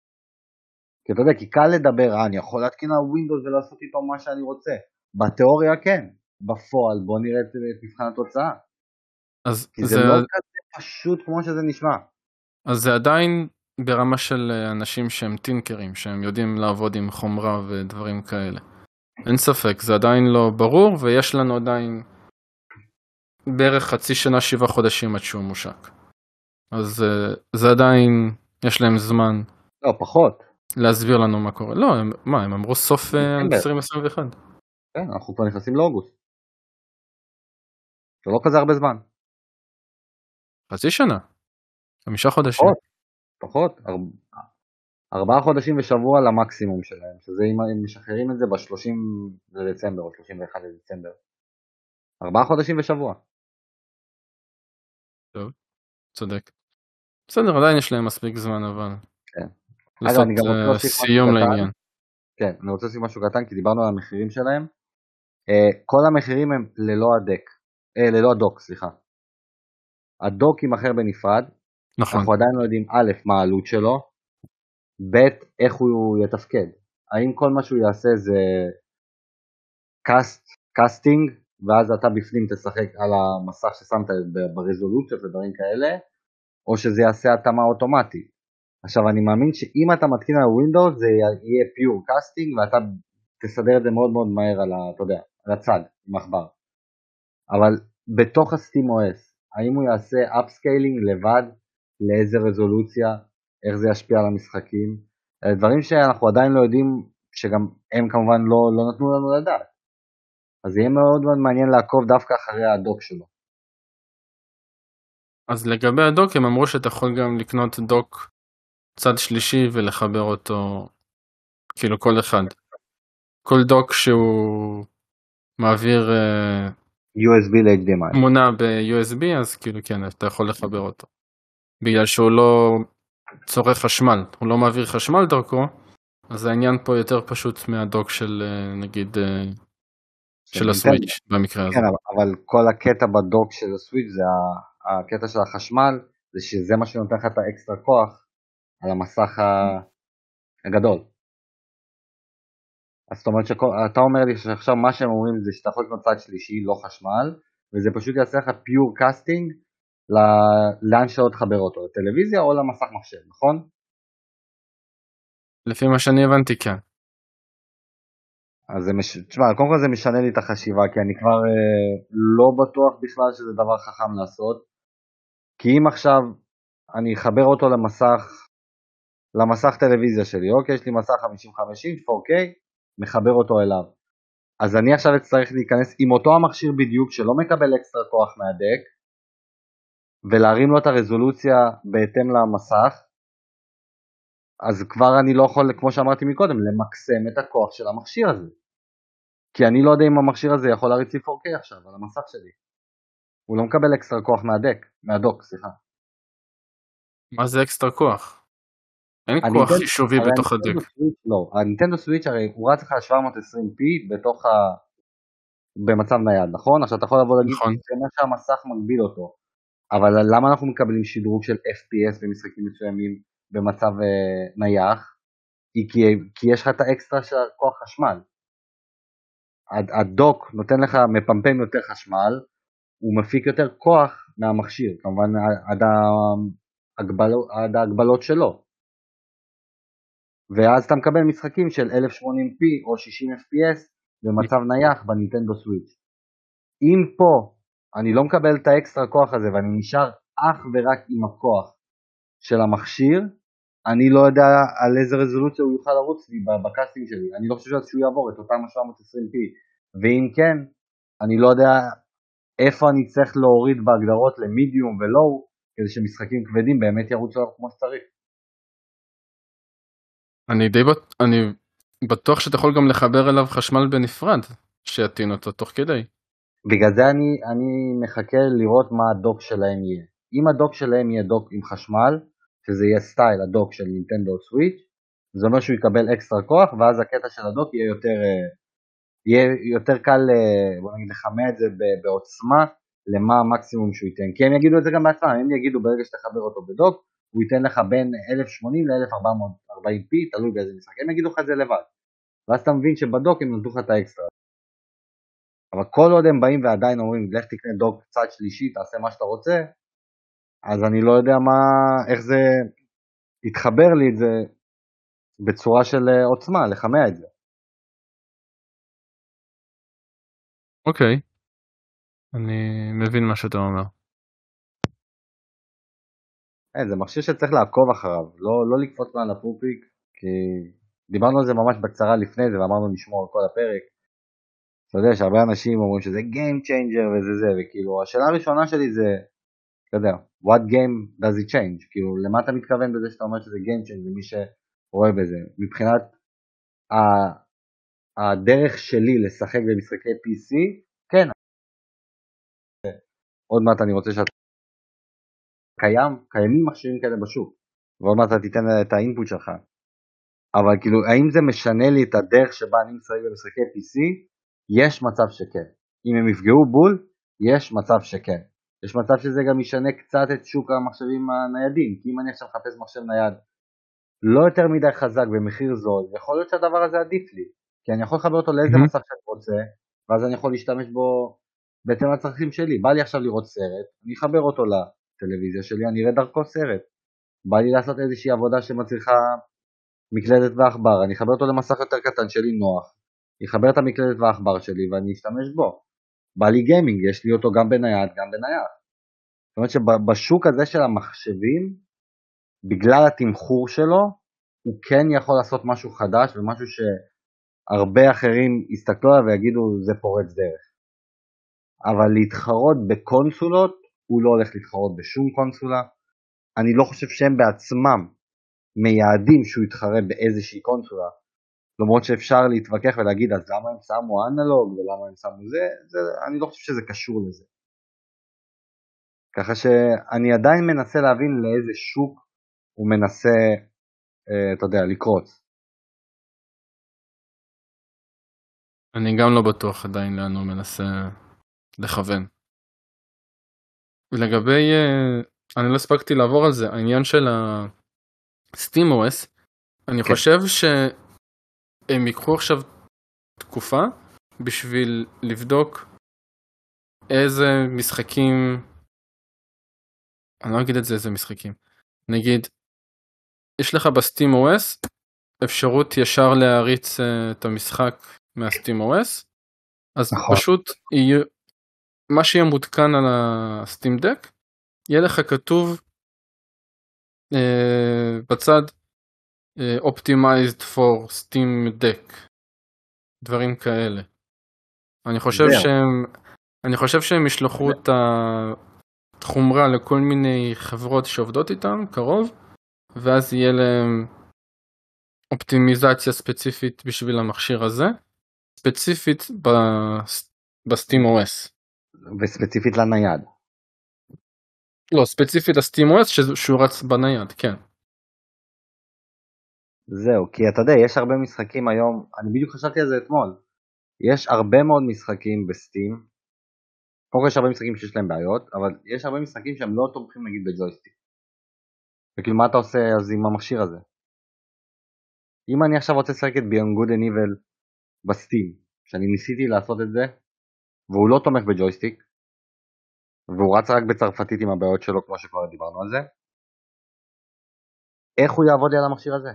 כי אתה יודע, כי קל לדבר, אה, אני יכול להתקין על ווינדוס ולעשות איתו מה שאני רוצה. בתיאוריה כן, בפועל בוא נראה את, את מבחן התוצאה. אז כי זה, זה לא כזה פשוט כמו שזה נשמע. אז זה עדיין ברמה של אנשים שהם טינקרים, שהם יודעים לעבוד עם חומרה ודברים כאלה. אין ספק, זה עדיין לא ברור, ויש לנו עדיין בערך חצי שנה, שבעה חודשים עד שהוא מושק. אז זה עדיין, יש להם זמן. לא, פחות. להסביר לנו מה קורה. לא, הם, מה, הם אמרו סוף עשרים עשרים ואחת. כן, אנחנו כבר נכנסים לאוגוסט. זה לא כזה הרבה זמן. חצי שנה. חמישה חודשים. פחות, פחות. ארבע, ארבעה חודשים ושבוע למקסימום שלהם, שזה אם הם משחררים את זה ב-שלושים לדצמבר או שלושים ואחד לדצמבר. ארבעה חודשים ושבוע. טוב, צודק. בסדר, עדיין יש להם מספיק זמן, אבל... כן. לעשות uh, סיום לעניין. כן, אני רוצה להוסיף משהו קטן, כי דיברנו על המחירים שלהם. Uh, כל המחירים הם ללא הדק, uh, ללא הדוק, סליחה. הדוק יימכר בנפרד. נכון. אנחנו עדיין לא יודעים א', מה העלות שלו, ב', איך הוא יתפקד. האם כל מה שהוא יעשה זה קאסט, קאסטינג ואז אתה בפנים תשחק על המסך ששמת ברזולוציות ודברים כאלה, או שזה יעשה התאמה אוטומטית. עכשיו אני מאמין שאם אתה מתקין על ווינדוס זה יהיה פיור קאסטינג, ואתה תסדר את זה מאוד מאוד מהר על, אתה יודע, על הצד, עם מחבר. אבל בתוך הסטים או אס, האם הוא יעשה אפסקיילינג לבד, לאיזה רזולוציה, איך זה ישפיע על המשחקים, דברים שאנחנו עדיין לא יודעים, שגם הם כמובן לא, לא נתנו לנו לדעת. אז יהיה מאוד מאוד מעניין לעקוב דווקא אחרי הדוק שלו. אז לגבי הדוק, הם אמרו שאתה יכול גם לקנות דוק צד שלישי ולחבר אותו, כאילו כל אחד. כל דוק שהוא מעביר יו אס בי ל-אייץ' די אם איי. תמונה ב-יו אס בי, אז כאילו כן, אתה יכול לחבר אותו. בגלל שהוא לא צורך חשמל, הוא לא מעביר חשמל דרכו, אז העניין פה יותר פשוט מהדוק של נגיד של הסוויץ' במקרה הזה. כן, אבל כל הקטע בדוק של הסוויץ' זה הקטע של החשמל, זה שזה מה שנותן לך את האקסטרה כוח על המסך הגדול. אז זאת אומרת שאתה אומר לי שעכשיו מה שהם אומרים זה שאתה יכול לקנות צד שלישי, לא חשמל, וזה פשוט יעשה לך פיור קאסטינג לאן שלא תחבר אותו, לטלוויזיה או למסך מחשב, נכון? לפי מה שאני הבנתי, כן. אז זה מש... תשמע, קודם כל זה משנה לי את החשיבה, כי אני כבר אה, לא בטוח בכלל שזה דבר חכם לעשות, כי אם עכשיו אני אחבר אותו למסך, למסך טלוויזיה שלי, אוקיי, יש לי מסך חמישים חמישים, פור קיי, מחבר אותו אליו. אז אני עכשיו אצטרך להיכנס עם אותו המכשיר בדיוק, שלא מקבל אקסטרה כוח מהדק, ולהרים לו את הרזולוציה בהתאם למסך, אז כבר אני לא יכול, כמו שאמרתי מקודם, למקסם את הכוח של המכשיר הזה. כי אני לא יודע אם המכשיר הזה יכול להריץ לי פור קיי עכשיו על המסך שלי. הוא לא מקבל אקסטרה כוח מהדק, מהדוק, סליחה. מה זה אקסטרה כוח? אין כוח חישובי בתוך הדק. לא, הנינטנדו סוויץ' הרי הוא רץ לך על שבע מאות ועשרים פי בתוך ה... במצב נייד, נכון? עכשיו אתה יכול לבוא להגיד שמה שהמסך מגביל אותו. אבל למה אנחנו מקבלים שדרוג של אף פי אס במשחקים מסוימים במצב uh, נייח? כי, כי יש לך את האקסטרה של כוח חשמל. הדוק נותן לך, מפמפם יותר חשמל, הוא מפיק יותר כוח מהמכשיר, כמובן עד ההגבלות, עד ההגבלות שלו. ואז אתה מקבל משחקים של אלף ושמונים פי או שישים אף פי אס במצב נייח בנינטנדו סוויץ'. אם פה אני לא מקבל את האקסטרה כוח הזה ואני נשאר אך ורק עם הכוח של המכשיר, אני לא יודע על איזה רזולוציה הוא יוכל לרוץ לי בקאסטינג שלי. אני לא חושב שהוא יעבור את אותם שבע מאות ועשרים פי, ואם כן, אני לא יודע איפה אני צריך להוריד בהגדרות למידיום ולואו, כדי שמשחקים כבדים באמת ירוצו כמו שצריך. אני די בט... אני בטוח שאתה יכול גם לחבר אליו חשמל בנפרד, שיתין אותו תוך כדי. בגלל זה אני, אני מחכה לראות מה הדוק שלהם יהיה. אם הדוק שלהם יהיה דוק עם חשמל, שזה יהיה סטייל הדוק של נינטנדו סוויץ', זה אומר שהוא יקבל אקסטרה כוח, ואז הקטע של הדוק יהיה יותר, יהיה יותר קל, בוא נגיד, לחמא את זה בעוצמה, למה המקסימום שהוא ייתן. כי הם יגידו את זה גם בעצמם, הם יגידו ברגע שתחבר אותו בדוק, הוא ייתן לך בין אלף ושמונים ל-אלף ארבע מאות וארבעים פי, תלוי באיזה משחק, הם יגידו לך את זה לבד. ואז אתה מבין שבדוק הם נתנו לך את האקסטרה. אבל כל עוד הם באים ועדיין אומרים, לך תקנה דוק צד שלישי, תעשה מה שאתה רוצה, אז אני לא יודע מה, איך זה יתחבר לי את זה בצורה של עוצמה, לחמא את זה. אוקיי, אני מבין מה שאתה אומר. אין, זה מכשיר שצריך לעקוב אחריו, לא, לא לקפוץ מעל הפופיק, כי דיברנו על זה ממש בקצרה לפני זה, ואמרנו נשמור על כל הפרק. אתה יודע שהרבה אנשים אומרים שזה Game Changer וזה זה, וכאילו השאלה הראשונה שלי זה, אתה יודע, what game does it change? כאילו, למה אתה מתכוון בזה שאתה אומר שזה Game Changer, למי שרואה בזה? מבחינת הדרך שלי לשחק במשחקי פי סי, כן. עוד מעט אני רוצה שאת... קיים, קיימים מכשירים כאלה בשוק, ועוד מעט אתה תיתן את האינפוט שלך. אבל כאילו, האם זה משנה לי את הדרך שבה אני משחק במשחקי פי סי? יש מצב שכן. אם הם יפגעו בול, יש מצב שכן. יש מצב שזה גם ישנה קצת את שוק המחשבים הניידים, כי אם אני עכשיו מחפש מחשב נייד לא יותר מדי חזק במחיר זול, יכול להיות שהדבר הזה עדיף לי, כי אני יכול לחבר אותו לאיזה מסך שאני רוצה, ואז אני יכול להשתמש בו בעצם הצרכים שלי. בא לי עכשיו לראות סרט, אני אחבר אותו לטלוויזיה שלי, אני אראה דרכו סרט. בא לי לעשות איזושהי עבודה שמצריכה מקלדת ועכבר, אני אחבר אותו למסך יותר קטן שלי נוח, אחבר את המקלדת והעכבר שלי ואני אשתמש בו. בא לי גיימינג, יש לי אותו גם בנייד, גם בנייד. זאת אומרת שבשוק הזה של המחשבים, בגלל התמחור שלו, הוא כן יכול לעשות משהו חדש, ומשהו שהרבה אחרים יסתכלו עליו ויגידו זה פורץ דרך. אבל להתחרות בקונסולות, הוא לא הולך להתחרות בשום קונסולה. אני לא חושב שהם בעצמם מייעדים שהוא יתחרה באיזושהי קונסולה, למרות שאפשר להתווכח ולהגיד אז למה הם שמו אנלוג ולמה הם שמו זה, זה אני לא חושב שזה קשור לזה. ככה שאני עדיין מנסה להבין לאיזה שוק הוא מנסה, אה, אתה יודע, לקרוץ. אני גם לא בטוח עדיין לאן הוא מנסה לכוון. ולגבי, אני לא הספקתי לעבור על זה, העניין של ה-SteamOS, אני כן. חושב שהם ייקחו עכשיו תקופה בשביל לבדוק איזה משחקים, אני לא אגיד את זה איזה משחקים, נגיד, יש לך ב-SteamOS אפשרות ישר להריץ את המשחק מה-SteamOS, אז נכון. פשוט יהיה, מה שיהיה מותקן על ה-Steam Deck, יהיה לך כתוב אה, בצד אה, Optimized for Steam Deck, דברים כאלה. אני חושב זה. שהם, אני חושב שהם ישלחו זה. את החומרה לכל מיני חברות שעובדות איתם, קרוב, ואז יהיה להם אופטימיזציה ספציפית בשביל המכשיר הזה, ספציפית ב-SteamOS. וספציפית לנייד. לא, ספציפית ל-SteamOS שהוא רץ בנייד, כן. זהו, כי אתה יודע, יש הרבה משחקים היום, אני בדיוק חשבתי על זה אתמול, יש הרבה מאוד משחקים בסטים, קודם כל יש הרבה משחקים שיש להם בעיות, אבל יש הרבה משחקים שהם לא תומכים נגיד בג'ויסטיק. וכאילו מה אתה עושה אז עם המכשיר הזה? אם אני עכשיו רוצה לשחק את Beyond Good and Evil בסטים, שאני ניסיתי לעשות את זה, והוא לא תומך בג'ויסטיק, והוא רץ רק בצרפתית עם הבעיות שלו, כמו שכבר דיברנו על זה, איך הוא יעבוד לי על המכשיר הזה?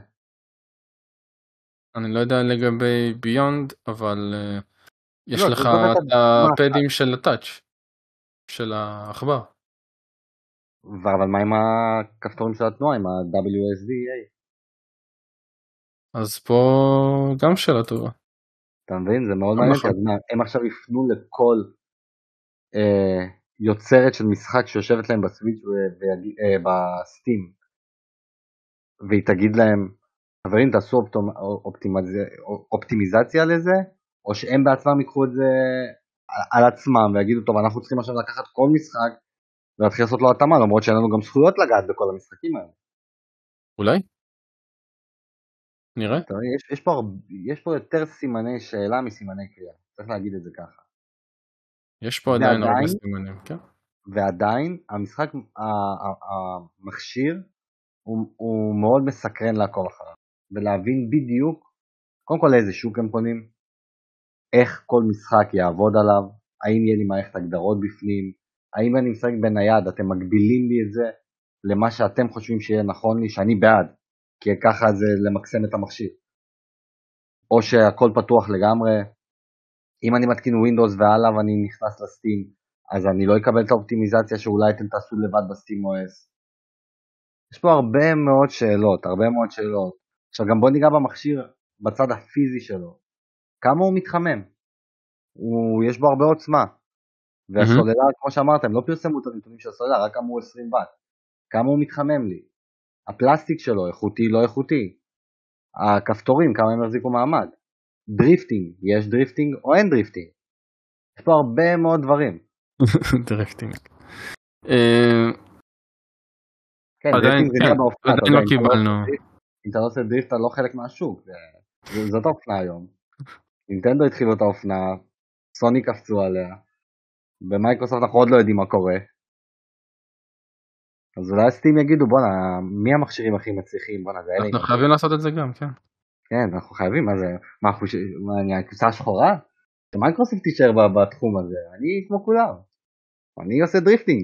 אני לא יודע לגבי Beyond, אבל uh, יש לא, לך את הפדים של הטאץ', של העכבר. אבל מה עם הכפתורים של התנועה, עם ה-דאבליו אס די איי? אז פה גם שאלה טובה. אתה מבין? זה מאוד מעניין, אז מה, הם עכשיו יפנו לכל אה, יוצרת של משחק שיושבת להם בסוויץ' אה, בסטים, והיא תגיד להם, חברים, תעשו אופטימיזציה לזה, או שהם בעצמם יקחו את זה על עצמם, ויגידו, טוב, אנחנו צריכים עכשיו לקחת כל משחק, ולהתחיל לעשות לו התאמה, למרות שאין לנו גם זכויות לגעת בכל המשחקים האלה. אולי? נראה. טוב, יש, יש, פה, יש פה יותר סימני שאלה מסימני קריאה, צריך להגיד את זה ככה. יש פה עדיין הרבה סימנים, כן? ועדיין, המשחק, המכשיר, הוא, הוא מאוד מסקרן לעקוב אחריו, ולהבין בדיוק, קודם כל איזה שוק הם פונים, איך כל משחק יעבוד עליו, האם יהיה לי מערכת הגדרות בפנים, האם אני משחק בנייד, אתם מגבילים לי את זה למה שאתם חושבים שיהיה נכון לי, שאני בעד, כי ככה זה למקסם את המכשיר. או שהכל פתוח לגמרי, אם אני מתקין Windows ועליו אני נכנס לסטים, אז אני לא אקבל את האופטימיזציה שאולי אתם תעשו לבד בסטים-או-אס. יש פה הרבה מאוד שאלות, הרבה מאוד שאלות. עכשיו גם בוא ניגע במכשיר בצד הפיזי שלו. כמה הוא מתחמם? הוא, יש בו הרבה עוצמה. והסוללה, mm-hmm. כמו שאמרת, הם לא פרסמו את הנתונים של הסוללה, רק אמרו עשרים וואט. כמה הוא מתחמם לי? הפלסטיק שלו, איכותי, לא איכותי. הכפתורים, כמה הם החזיקו מעמד. דריפטינג, יש דריפטינג או אין דריפטינג. יש פה הרבה מאוד דברים. דריפטינג. כן, עדיין לא קיבלנו. אם אתה לא עושה דריפט, אתה לא חלק מהשוק. זאת האופנה היום. נינטנדו התחילו את האופנה, סוני קפצו עליה. במייקרוסופט אנחנו עוד לא יודעים מה קורה. אז אולי סטים יגידו, בוא'נה, מי המכשירים הכי מצליחים? בוא'נה, זה אלה. אנחנו חייבים לעשות את זה גם, כן. כן, אנחנו חייבים, מה זה? מה, אני הקבוצה השחורה? שמייקרוסופט תישאר בתחום הזה, אני כמו כולם, אני עושה דריפטינג.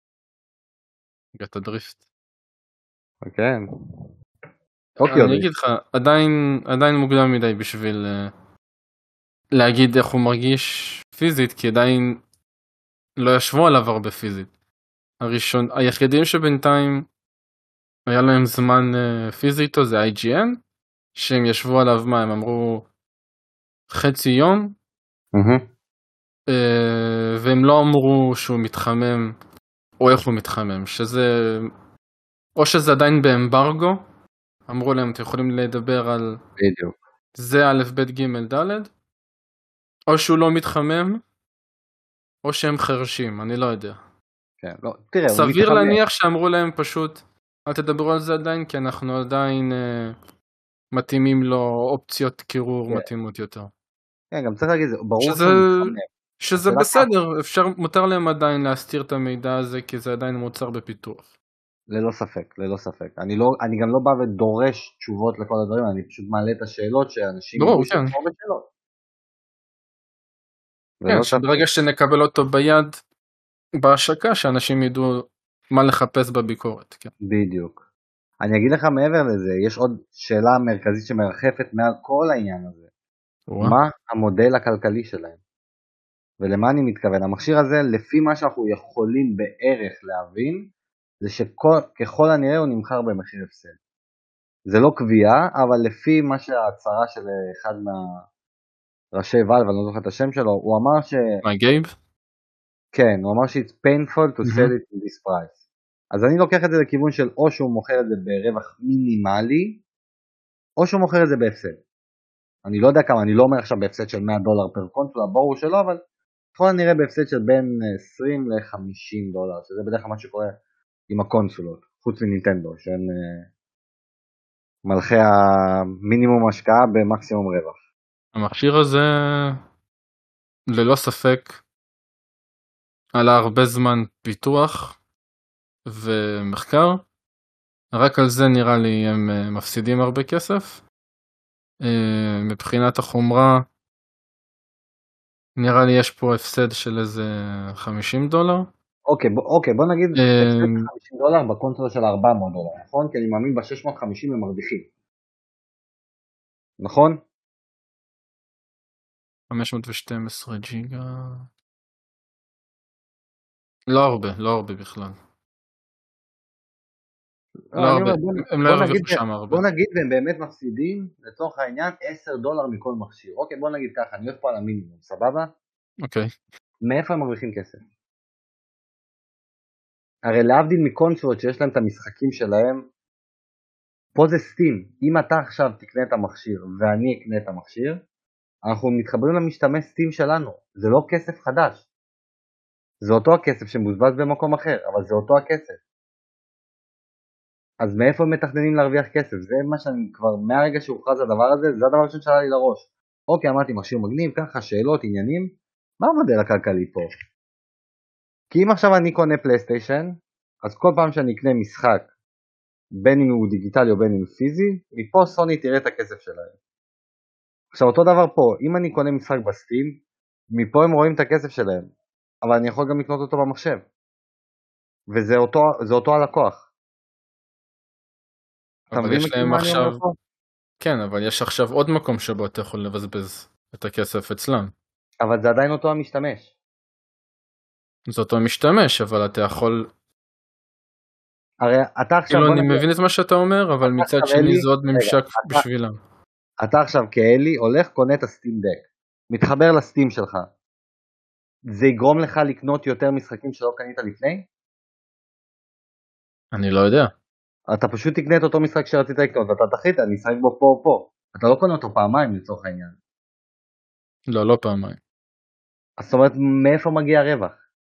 גת הדריפט. כן. אני אגיד לך, עדיין, עדיין מוקדם מדי בשביל uh, להגיד איך הוא מרגיש פיזית, כי עדיין לא ישבו עליו הרבה פיזית. הראשון, היחידים שבינתיים היה להם זמן uh, פיזי איתו זה איי ג'י אן, שהם ישבו עליו מה, הם אמרו חצי יום, mm-hmm. uh, והם לא אמרו שהוא מתחמם, או איך הוא מתחמם, שזה, או שזה עדיין באמברגו, אמרו להם, אתם יכולים לדבר על בדיוק. זה א' ב' ג' ד', או שהוא לא מתחמם, או שהם חרשים, אני לא יודע. כן, לא, תראה, סביר להניח שאמרו להם פשוט, אל תדברו על זה עדיין, כי אנחנו עדיין אה, מתאימים לו אופציות קירור כן. מתאימות יותר. כן, גם צריך להגיד, זה ברור שזה, שזה בסדר, אפשר, מותר להם עדיין להסתיר את המידע הזה, כי זה עדיין מוצר בפיתוח. ללא ספק, ללא ספק. אני, לא, אני גם לא בא ודורש תשובות לכל הדברים, אני פשוט מעלה את השאלות שאנשים... ברור, כן. כן, שברגע שנקבל אותו ביד, בהשקה, שאנשים ידעו מה לחפש בביקורת. כן. בדיוק. אני אגיד לך מעבר לזה, יש עוד שאלה מרכזית שמרחפת מעל כל העניין הזה. ווא. מה המודל הכלכלי שלהם? ולמה אני מתכוון? המכשיר הזה, לפי מה שאנחנו יכולים בערך להבין, זה שככל הנראה הוא נמכר במחיר הפסד. זה לא קביעה, אבל לפי מה שההצהרה של אחד מהראשי ואלב, אני לא זוכר את השם שלו, הוא אמר ש... מה, גייב? כן, הוא אמר ש-it's painful to sell it in this price. אז אני לוקח את זה לכיוון של או שהוא מוכר את זה ברווח מינימלי, או שהוא מוכר את זה בהפסד. אני לא יודע כמה, אני לא אומר עכשיו בהפסד של מאה דולר פר קונסולה, ברור שלא, אבל ככל נראה בהפסד של בין עשרים ל-חמישים דולר, שזה בדרך כלל מה שקורה עם הקונסולות, חוץ מנינטנדו, שהם מלכי המינימום השקעה במקסימום רווח. המכשיר הזה, ללא ספק, עלה הרבה זמן פיתוח ומחקר, רק על זה נראה לי הם מפסידים הרבה כסף. מבחינת החומרה, נראה לי יש פה הפסד של איזה חמישים דולר. אוקיי, בוא, אוקיי, בוא נגיד הפסד חמישים דולר בקונסולה של ארבע מאות דולר, נכון? כי אני מאמין ב-שש מאות וחמישים הם מרוויחים. נכון? חמש מאות ושתים עשרה ג'יגה. לא הרבה, לא הרבה בכלל. לא הרבה, הם לא הרוויחו שם הרבה. בוא נגיד והם באמת מפסידים לצורך העניין עשרה דולר מכל מכשיר. אוקיי, בוא נגיד ככה, אני הולך פה על המינימום, סבבה? אוקיי. מאיפה הם מרוויחים כסף? הרי להבדיל מקונסולות שיש להם את המשחקים שלהם, פה זה סטים. אם אתה עכשיו תקנה את המכשיר ואני אקנה את המכשיר, אנחנו מתחברים למשתמש סטים שלנו. זה לא כסף חדש. זה אותו הכסף שמוזבז במקום אחר, אבל זה אותו הכסף. אז מאיפה הם מתכננים להרוויח כסף? זה מה שאני כבר, מהרגע שהוכרז הדבר הזה, זה הדבר ראשון שעלה לי לראש. אוקיי, אמרתי, מכשיר מגניב, ככה, שאלות, עניינים, מה המודל הכלכלי פה? כי אם עכשיו אני קונה פלייסטיישן, אז כל פעם שאני אקנה משחק, בין אם הוא דיגיטלי או בין אם הוא פיזי, מפה סוני תראה את הכסף שלהם. עכשיו אותו דבר פה, אם אני קונה משחק בסטים, מפה הם רואים את הכסף שלהם, אבל אני יכול גם לקנות אותו במחשב. וזה אותו, זה אותו הלקוח. אבל יש להם עכשיו, כן, אבל יש עכשיו עוד מקום שבו אתה יכול לבזבז את הכסף אצלם. אבל זה עדיין אותו המשתמש. זה אותו המשתמש, אבל אתה יכול... הרי אתה עכשיו... כאילו אני מבין את מה שאתה אומר, אבל מצד שני זה עוד ממשק בשבילם. אתה עכשיו כאלי הולך, קונה את הסטים דק, מתחבר לסטים שלך. זה יגרום לך לקנות יותר משחקים שלא קנית לפני? אני לא יודע. אתה פשוט תקנה את אותו משחק שרצית לקנות, ואתה תחליט, אני אשחק בו פה או פה. אתה לא קונה אותו פעמיים לצורך העניין. לא, לא פעמיים. אז זאת אומרת, מאיפה מגיע הרווח?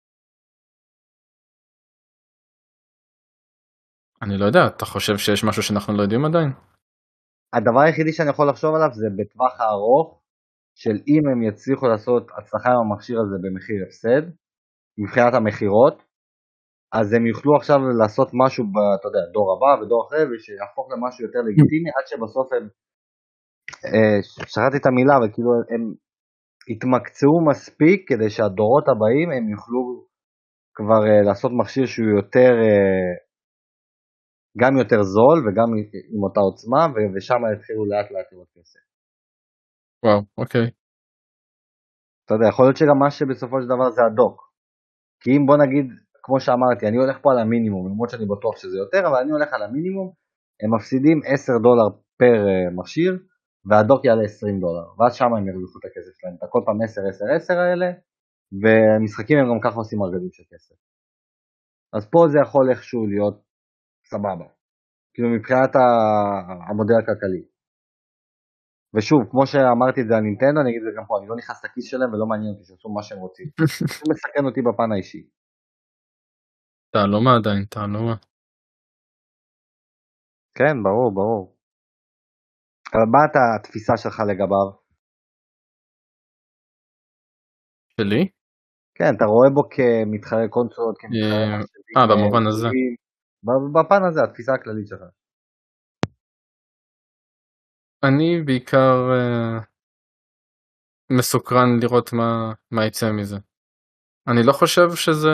אני לא יודע, אתה חושב שיש משהו שאנחנו לא יודעים עדיין? הדבר היחידי שאני יכול לחשוב עליו זה בטווח הארוך, של אם הם יצליחו לעשות הצלחה עם המכשיר הזה במחיר הפסד, מבחינת המחירות, אז הם יוכלו עכשיו לעשות משהו, ב, אתה יודע, דור הבא ודור אחרי, ושיהפוך למשהו יותר לגיטימי, עד שבסוף הם, אה, שכחתי את המילה, אבל כאילו הם יתמקצעו מספיק כדי שהדורות הבאים הם יוכלו כבר uh, לעשות מכשיר שהוא יותר, uh, גם יותר זול וגם עם אותה עוצמה, ו- ושם יתחילו לאט לאט לראות כסף. וואו, אוקיי. אתה יודע, יכול להיות שגם מה שבסופו של דבר זה הדוק. כי אם בוא נגיד, כמו שאמרתי, אני הולך פה על המינימום, למרות שאני בטוח שזה יותר, אבל אני הולך על המינימום, הם מפסידים עשרה דולר פר uh, מכשיר, והדוק יעלה עשרים דולר, ואז שם הם ירוויחו את הכסף שלהם, את הכל פעם עשר עשר עשר האלה, ומשחקים הם גם ככה עושים ארגזים של כסף. אז פה זה יכול איכשהו להיות סבבה, כאילו מבחינת המודל הכלכלי. ושוב, כמו שאמרתי את זה על נינטנדו, אני אגיד את זה גם פה, אני לא נכנס לכיס שלהם ולא מעניין אותי שעשו מה שהם רוצים. זה מסכן אותי בפן האישי. תעלומה עדיין, תעלומה. כן, ברור, ברור. אבל מה אתה התפיסה שלך לגביו? שלי? כן, אתה רואה בו כמתחרה קונסולות, כמתחרה מחשבים. אה, במובן הזה. בפן הזה, התפיסה הכללית שלך. אני בעיקר uh, מסוקרן לראות מה, מה יצא מזה. אני לא חושב שזה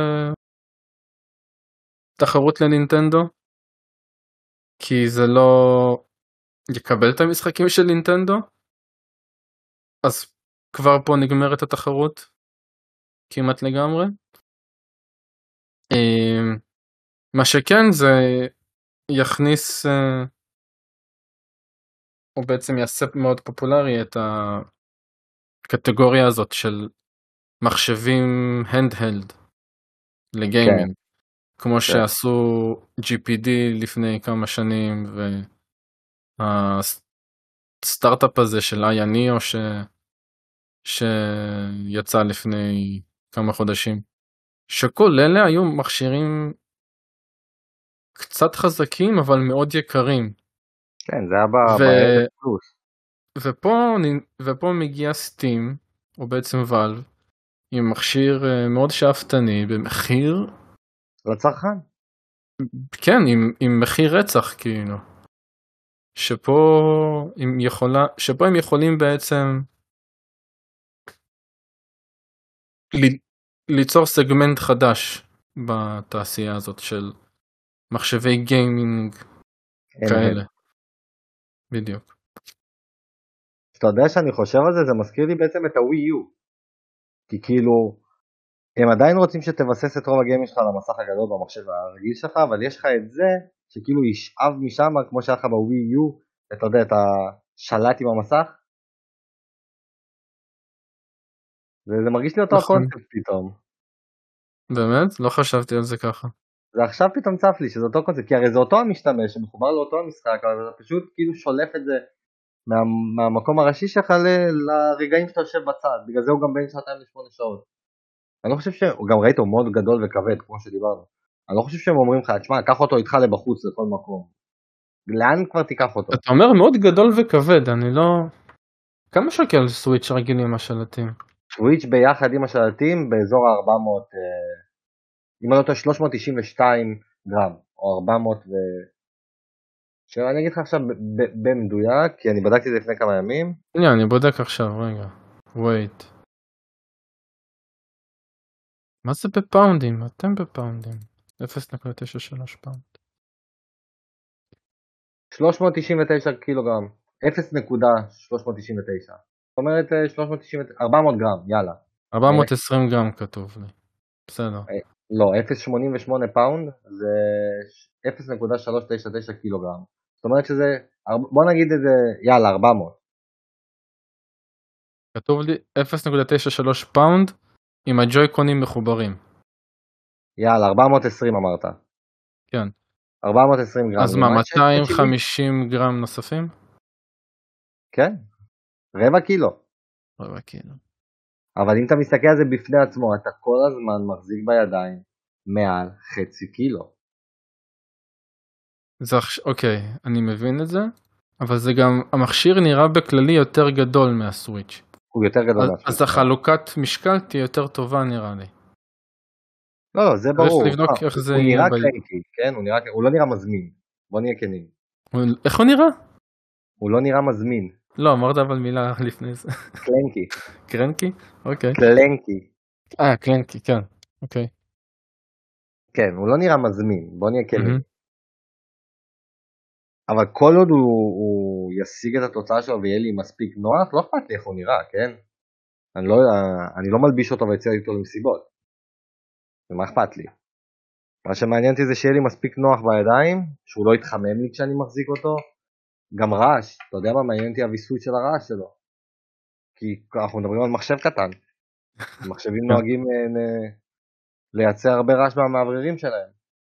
תחרות לנינטנדו, כי זה לא יקבל את המשחקים של נינטנדו, אז כבר פה נגמרת התחרות, כמעט לגמרי. Uh, מה שכן זה יכניס, uh, או בעצם יעשה מאוד פופולרי את הקטגוריה הזאת של מחשבים handheld לגיימינג, כן. כמו כן. שעשו ג'י פי די לפני כמה שנים, והסטארט-אפ הזה של איי ניאו ש... שיצא לפני כמה חודשים, שכל אלה היו מכשירים קצת חזקים אבל מאוד יקרים. כן, זה היה ב... ו... פלוס. ופה, ופה מגיע סטים, או בעצם ואלב, עם מכשיר מאוד שאפתני, במחיר... לצרכן. כן, עם, עם מחיר רצח, כאילו. שפה הם, יכולה, שפה הם יכולים בעצם ל, ליצור סגמנט חדש בתעשייה הזאת של מחשבי גיימינג כאלה. בדיוק. אתה יודע שאני חושב על זה, זה מזכיר לי בעצם את הווי יו. כי כאילו, הם עדיין רוצים שתבסס את רוב הגיימינג שלך על המסך הגדול במחשב הרגיל שלך, אבל יש לך את זה שכאילו ישאב משם, כמו שהיה לך בווי יו, אתה יודע, את השלט עם המסך. וזה מרגיש לי אותו הקונספט פתאום. באמת? לא חשבתי על זה ככה. זה עכשיו פתאום צף לי, שזה אותו קונספט, כי הרי זה אותו המשתמש, שמחובר לאותו המשחק, אבל אתה פשוט כאילו שולף את זה מה, מהמקום הראשי שלך לרגעים שאתה יושב בצד, בגלל זה הוא גם בין שעתיים לשמונה שעות. אני לא חושב שהוא גם ראית הוא מאוד גדול וכבד, כמו שדיברנו. אני לא חושב שהם אומרים לך, תשמע, קח אותו איתך לבחוץ לכל מקום. לאן כבר תיקח אותו? אתה אומר מאוד גדול וכבד, אני לא... כמה שקל סוויץ' רגיל עם השלטים? סוויץ' ביחד עם השלטים באזור ה-ארבע מאות, אם אני לא טועה שלוש מאות תשעים ושתיים גרם, או ארבע מאות ו... שאני אגיד לך עכשיו במדויק, כי אני בדקתי את זה לפני כמה ימים. הנה, אני בודק עכשיו, רגע. wait. מה זה בפאונדים? אתם בפאונדים. אפס נקודה תשעים ושלוש פאונד. שלוש מאות תשעים ותשע קילוגרם. אפס נקודה שלוש מאות תשעים ותשע. זאת אומרת שלוש מאות תשעים ותשע, ארבע מאות גרם, יאללה. ארבע מאות ועשרים גרם כתוב לי. בסדר. לא, אפס נקודה שמונים ושמונה פאונד זה אפס נקודה שלוש תשע תשע קילוגרם. זאת אומרת שזה, בוא נגיד את זה, יאללה, ארבע מאות. כתוב לי אפס נקודה תשעים ושלוש פאונד עם הג'ויקונים מחוברים. יאללה, ארבע מאות ועשרים אמרת. כן. ארבע מאות ועשרים גרם. אז מה, מאתיים וחמישים גרם נוספים? כן, רבע קילו. רבע קילו. אבל אם אתה מסתכל על זה בפני עצמו, אתה כל הזמן מחזיק בידיים מעל חצי קילו. זה, אוקיי, אני מבין את זה, אבל זה גם, המכשיר נראה בכללי יותר גדול מהסוויץ'. הוא יותר גדול אז, מהסוויץ'. אז החלוקת משקל תהיה יותר טובה נראה לי. לא, לא, זה ברור. לבדוק איך זה הוא יהיה נראה ב... קרנקי, כן? הוא, נראה, הוא לא נראה מזמין. בוא נהיה כנים. הוא... איך הוא נראה? הוא לא נראה מזמין. לא, אמרת אבל מילה לפני זה. קלנקי. קרנקי? אוקיי. קלנקי. אה, קלנקי, כן. אוקיי. כן, הוא לא נראה מזמין, בוא נהיה כנים. מהמם. אבל כל עוד הוא, הוא ישיג את התוצאה שלו ויהיה לי מספיק נוח, לא אכפת לי איך הוא נראה, כן? אני לא, אני לא מלביש אותו ויצא איתו למסיבות. ומה אכפת לי? מה שמעניין אותי זה שיהיה לי מספיק נוח בידיים, שהוא לא יתחמם לי כשאני מחזיק אותו. גם רעש, אתה יודע מה מעניין אותי הוויסות של הרעש שלו? כי אנחנו מדברים על מחשב קטן. מחשבים נוהגים אה, לייצר הרבה רעש מהמעבררים שלהם.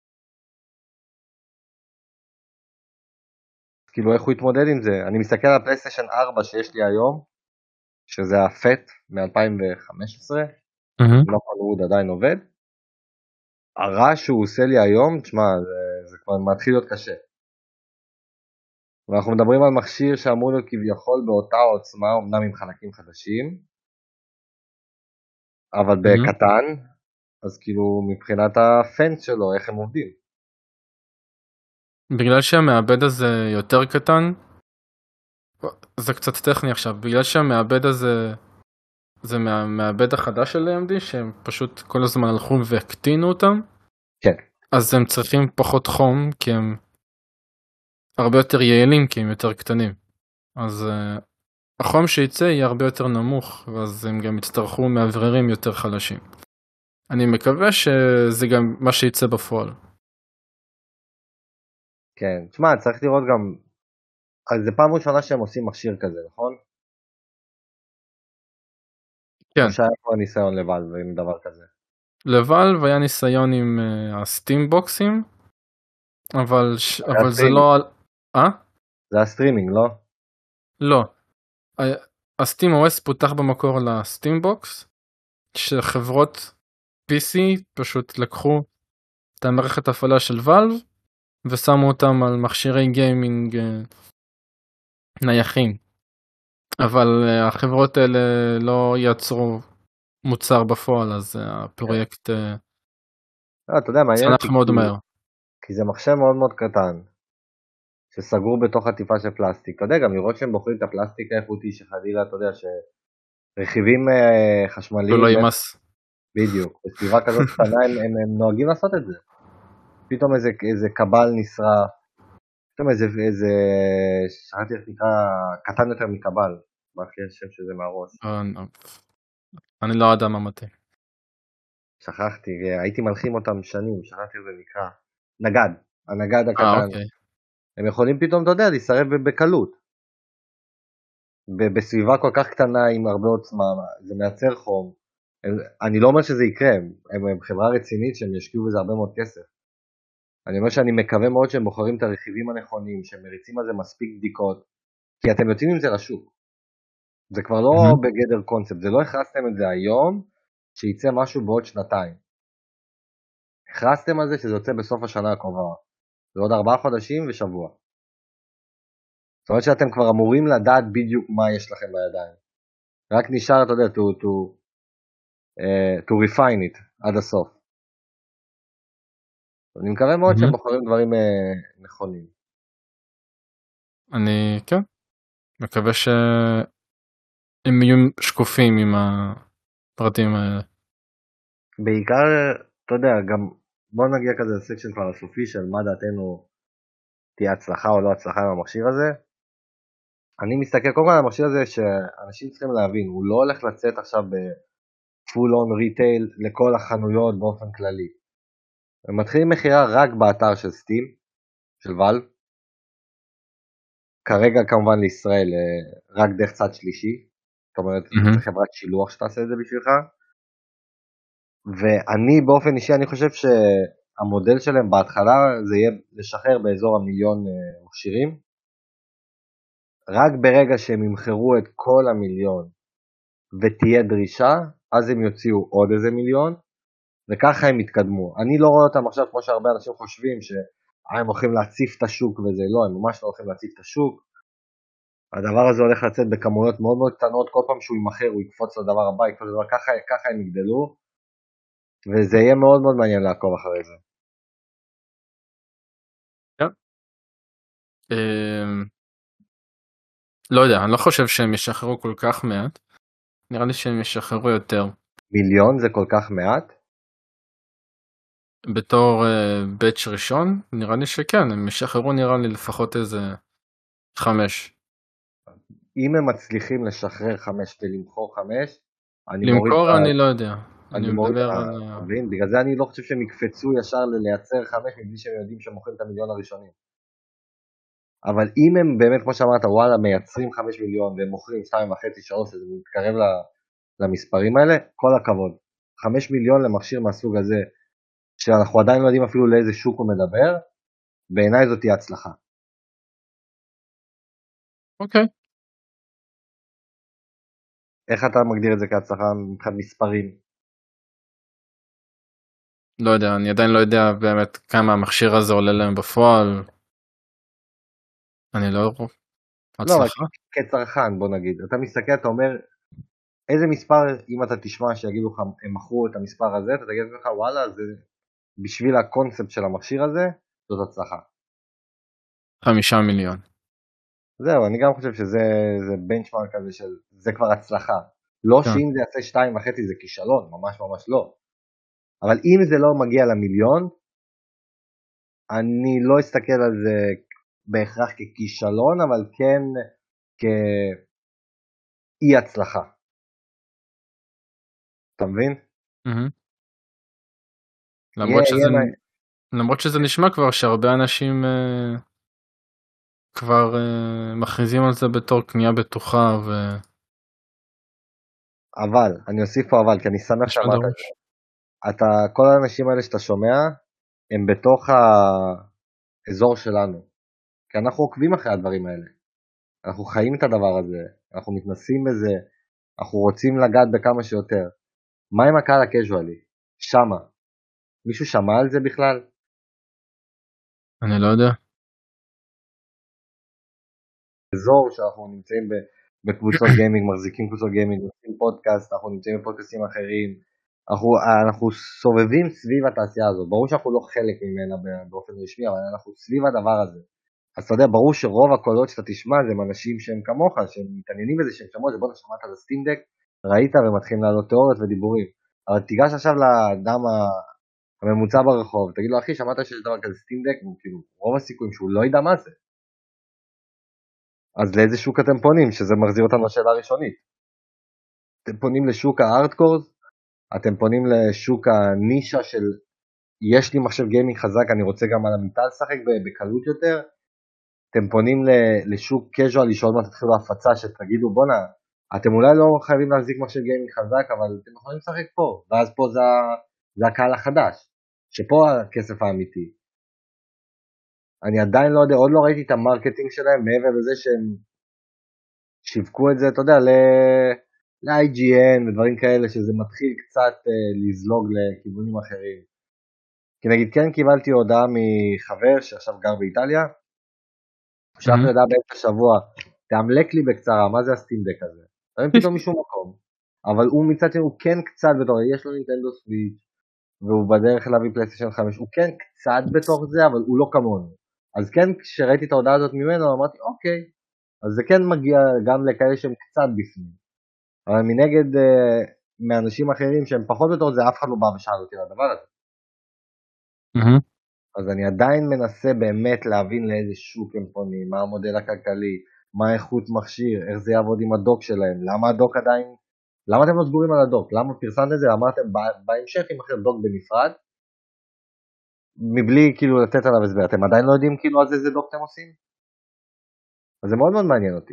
כאילו איך הוא יתמודד עם זה? אני מסתכל על הפלייסטיישן ארבע שיש לי היום, שזה הפט מ-אלפיים וחמש עשרה, לא כל הוא עדיין עובד. הרעש שהוא עושה לי היום, תשמע, זה, זה כבר מתחיל להיות קשה. ואנחנו מדברים על מכשיר שאמור להיות כביכול באותה עוצמה, אמנם עם חלקים חדשים, אבל בקטן, אז כאילו מבחינת הפנס שלו, איך הם עובדים. בגלל שהמעבד הזה יותר קטן, זה קצת טכני עכשיו, בגלל שהמעבד הזה, זה מהמעבד החדש של A M D, שהם פשוט כל הזמן הלכו והקטינו אותם, כן. אז הם צריכים פחות חום, כי הם הרבה יותר יעילים, כי הם יותר קטנים. אז uh, החום שיצא יהיה הרבה יותר נמוך, ואז הם גם יצטרכו מאווררים יותר חלשים. אני מקווה שזה גם מה שיצא בפועל. כן, תשמע, צריך לראות גם, אז זה פעם ראשונה שהם עושים מכשיר כזה, נכון? כן. או שהיה כבר ניסיון לוואלב עם דבר כזה? לוואלב היה ניסיון עם uh, הסטים בוקסים, אבל, ש... אבל זה לא... אה? זה הסטרימינג, לא? לא. הסטים או אס פותח במקור לסטים בוקס, שחברות פי סי פשוט לקחו את המערכת הפעלה של ואלב, ושמו אותם על מכשירי גיימינג נייחים. אבל החברות האלה לא יצרו מוצר בפועל, אז הפרויקט צנח מאוד מהר. כי זה מחשב מאוד מאוד קטן, שסגור בתוך עטיפה של פלסטיק. אתה יודע, גם לראות שהם בוחרים את הפלסטיק האיכותי, שחלילה, אתה יודע, שרכיבים חשמליים... לא ימס. בדיוק, בסביבה כזאת קטנה הם, הם, הם נוהגים לעשות את זה. פתאום איזה, איזה קבל נשרף, פתאום איזה, איזה, שכחתי איך נקרא, קטן יותר מקבל, מה הכי השם שזה מהראש? אני לא יודע מה מתאים. שכחתי, הייתי מלחים אותם שנים, שכחתי איך זה נקרא. נגד, הנגד הקטן. אוקיי. הם יכולים פתאום, אתה יודע, להישרף בקלות. בסביבה כל כך קטנה עם הרבה עוצמה, זה מייצר חום. אני לא אומר שזה יקרה, הם, הם חברה רצינית שהם ישקיעו בזה הרבה מאוד כסף. אני אומר שאני מקווה מאוד שהם בוחרים את הרכיבים הנכונים, שהם מריצים על זה מספיק בדיקות, כי אתם יוצאים עם זה לשוק. זה כבר לא mm-hmm. בגדר קונספט, זה לא הכרסתם את זה היום, שיצא משהו בעוד שנתיים. הכרסתם על זה שזה יוצא בסוף השנה הקרובה. זה עוד ארבעה חודשים ושבוע. זאת אומרת שאתם כבר אמורים לדעת בדיוק מה יש לכם בידיים. רק נשאר, אתה יודע, to, to, uh, to refine it עד הסוף. אני מקווה מאוד mm-hmm. שהם בוחרים דברים uh, נכונים. אני, כן. מקווה שהם יהיו שקופים עם הפרטים האלה. בעיקר, אתה יודע, גם בוא נגיע כזה לסקשן כבר הסופי של מה דעתנו תהיה הצלחה או לא הצלחה עם המכשיר הזה. אני מסתכל קודם כל על המכשיר הזה שאנשים צריכים להבין, הוא לא הולך לצאת עכשיו בפול און ריטייל לכל החנויות באופן כללי. הם מתחילים מחירה רק באתר של סטים, של ואלב. כרגע כמובן לישראל רק דרך צד שלישי, זאת אומרת mm-hmm. זה חברת שילוח שתעשה את זה בשבילך. ואני באופן אישי אני חושב שהמודל שלהם בהתחלה זה יהיה לשחרר באזור המיליון מכשירים. רק ברגע שהם ימחרו את כל המיליון ותהיה דרישה, אז הם יוציאו עוד איזה מיליון, וככה הם יתקדמו. אני לא רואה אותם עכשיו כמו שהרבה אנשים חושבים שהם הולכים להציף את השוק וזה, לא, הם ממש לא הולכים להציף את השוק. הדבר הזה הולך לצאת בכמויות מאוד מאוד קטנות, כל פעם שהוא ימחר הוא יקפוץ לדבר הבא, יקפוץ לדבר, ככה, ככה הם יגדלו, וזה יהיה מאוד מאוד מעניין לעקוב אחרי זה. כן. לא יודע, אני לא חושב שהם ישחררו כל כך מעט. נראה לי שהם ישחררו יותר. מיליון זה כל כך מעט? בתור uh, בטש ראשון, נראה לי שכן, הם ישחררו נראה לי לפחות איזה חמש. אם הם מצליחים לשחרר חמש ולמכור חמש, אני מוריד... למכור אני לא יודע. אני אני מוריד... מדבר אה, על... מבין? בגלל זה אני לא חושב שהם יקפצו ישר לייצר חמש מבלי שהם יודעים שהם מוכרים את המיליון הראשונים. אבל אם הם באמת, כמו שאמרת, וואלה, מייצרים חמש מיליון והם מוכרים שתיים וחצי, שלוש, זה מתקרב למספרים האלה, כל הכבוד. חמש מיליון למכשיר מהסוג הזה, שאנחנו עדיין לא יודעים אפילו לאיזה שוק הוא מדבר, בעיניי זאת תהיה הצלחה. אוקיי. איך אתה מגדיר את זה כהצלחה מבחינת מספרים? לא יודע, אני עדיין לא יודע באמת כמה המכשיר הזה עולה להם בפועל. אני לא רואה. לא, אבל הצלחה? כצרכן, בוא נגיד, אתה מסתכל, אתה אומר, איזה מספר, אם אתה תשמע שיגידו לך, הם מכרו את המספר הזה, אתה תגיד לך, וואלה, זה בשביל הקונספט של המכשיר הזה, זאת הצלחה. חמישה מיליון. זהו, אני גם חושב שזה בנצ'מרק כזה של, זה כבר הצלחה. לא כן. שאם זה יעשה שתיים וחצי זה כישלון, ממש ממש לא. אבל אם זה לא מגיע למיליון, אני לא אסתכל על זה בהכרח ככישלון, אבל כן כאי הצלחה. אתה מבין? Mm-hmm. למרות, יהיה, שזה, יהיה... למרות שזה נשמע כבר שהרבה אנשים uh, כבר uh, מכריזים על זה בתור קנייה בטוחה ו... אבל, אני אוסיף פה אבל, כי אני שמח שאמרת את זה. אתה, כל האנשים האלה שאתה שומע, הם בתוך האזור שלנו. כי אנחנו עוקבים אחרי הדברים האלה. אנחנו חיים את הדבר הזה, אנחנו מתנסים בזה, אנחנו רוצים לגעת בכמה שיותר. מה עם הקהל הקזואלי? שמה. מישהו שמע על זה בכלל? אני לא יודע. אזור שאנחנו נמצאים בקבוצות גיימינג, מחזיקים קבוצות גיימינג, עושים פודקאסט, אנחנו נמצאים בפודקאסטים אחרים, אנחנו, אנחנו סובבים סביב התעשייה הזאת. ברור שאנחנו לא חלק ממנה באופן רשמי, אבל אנחנו סביב הדבר הזה. אז אתה יודע, ברור שרוב הקולות שאתה תשמע זה אנשים שהם כמוך, שהם מתעניינים בזה, שהם שמעו את זה, בוא נשמעת על הסטימדק, ראית ומתחילים לעלות תיאוריות ודיבורים. אבל תיגש עכשיו לאדם הממוצע ברחוב, תגיד לו, אחי, שמעת שיש דבר כזה סטימדק? כאילו, רוב הסיכויים שהוא לא ידע מה זה. אז לאיזה שוק אתם פונים? שזה מחזיר אותנו לשאלה הראשונית. אתם פונים לשוק הארדקורס? אתם פונים לשוק הנישה של יש לי מחשב גיימינג חזק, אני רוצה גם על המיטה לשחק בקלות יותר? אתם פונים לשוק קז'ואל, לשאול מה תתחילו ההפצה, שתגידו בונה, אתם אולי לא חייבים להחזיק מחשב גיימינג חזק, אבל אתם יכולים לשחק פה, ואז פה זה, זה הקהל החדש, שפה הכסף האמיתי. אני עדיין לא יודע, עוד לא ראיתי את המרקטינג שלהם, מעבר לזה שהם שיווקו את זה, אתה יודע, ל-איי ג'י אן ודברים כאלה, שזה מתחיל קצת uh, לזלוג לכיוונים אחרים. כי נגיד, כן קיבלתי הודעה מחבר שעכשיו גר באיטליה, שלח לי הודעה באמצע השבוע, תעמלק לי בקצרה, מה זה הסטימדק הזה? תראים פתאום משום מקום. אבל הוא מצד שני, הוא כן קצת בתור, יש לו נינטנדו סוויץ', והוא בדרך להביא פלייסטיישן חמש, הוא כן קצת בתוך זה, אבל הוא לא כמונו. אז כן, כשראיתי את ההודעה הזאת ממנו, אמרתי, אוקיי, אז זה כן מגיע גם לכאלה שהם קצת בפנים. אבל מנגד, מאנשים אחרים שהם פחות בתור זה, אף אחד לא בא ושאל אותי על הדבר הזה. Mm-hmm. אז אני עדיין מנסה באמת להבין לאיזה שוק הם פונים, מה המודל הכלכלי, מה איכות מכשיר, איך זה יעבוד עם הדוק שלהם, למה הדוק עדיין, למה אתם לא סגורים על הדוק, למה פרסמת את זה, אמרתם בהמשך עם אחר דוק בנפרד, מבלי כאילו לתת עליו הסבר, אתם עדיין לא יודעים כאילו על זה איזה דוק אתם עושים? אז זה מאוד מאוד מעניין אותי.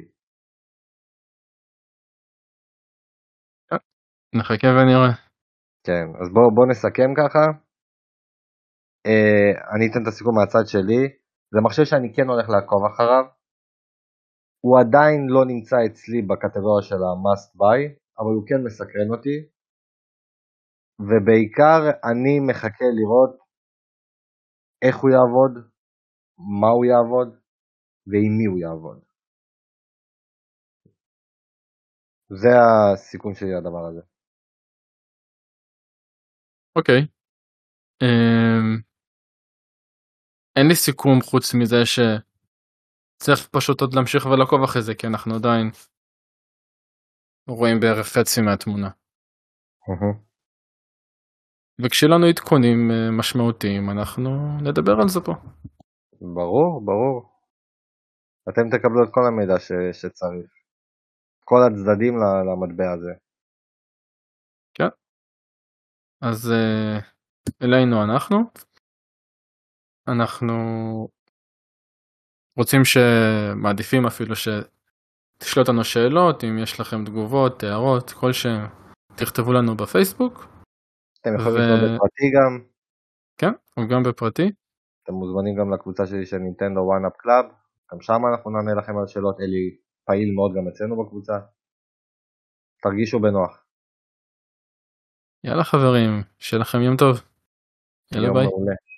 נחכה ונראה. כן, אז בואו בוא נסכם ככה. Uh, אני אתן את הסיכום מהצד שלי. זה מחשב שאני כן הולך לעקוב אחריו. הוא עדיין לא נמצא אצלי בקטגוריה של ה-must buy, אבל הוא כן מסקרן אותי. ובעיקר אני מחכה לראות איך הוא יעבוד, מה הוא יעבוד, ועם מי הוא יעבוד. זה הסיכום שלי לדבר הזה. אוקיי. Okay. Um... אין לי סיכום חוץ מזה צריך פשוט עוד להמשיך ולעקוב אחרי זה, כי אנחנו עדיין רואים בערך חצי מהתמונה. וכשיהיה לנו עדכונים משמעותיים, אנחנו נדבר על זה פה. ברור, ברור. אתם תקבלו את כל המידע ש... שצריך. כל הצדדים למטבע הזה. כן. אז אלינו אנחנו. אנחנו רוצים שמעדיפים אפילו שתשאלו אותנו שאלות, אם יש לכם תגובות, הערות, כל שם, תכתבו לנו בפייסבוק. אתם יכולים ו... לפנות בפרטי גם. כן, וגם בפרטי. אתם מוזמנים גם לקבוצה שלי של נינטנדו וואן אפ קלאב. גם שם אנחנו נענה לכם על שאלות. אלי פעיל מאוד גם אצלנו בקבוצה. תרגישו בנוח. יאללה חברים, שיהיה לכם יום טוב. יאללה יום ביי. מעולה.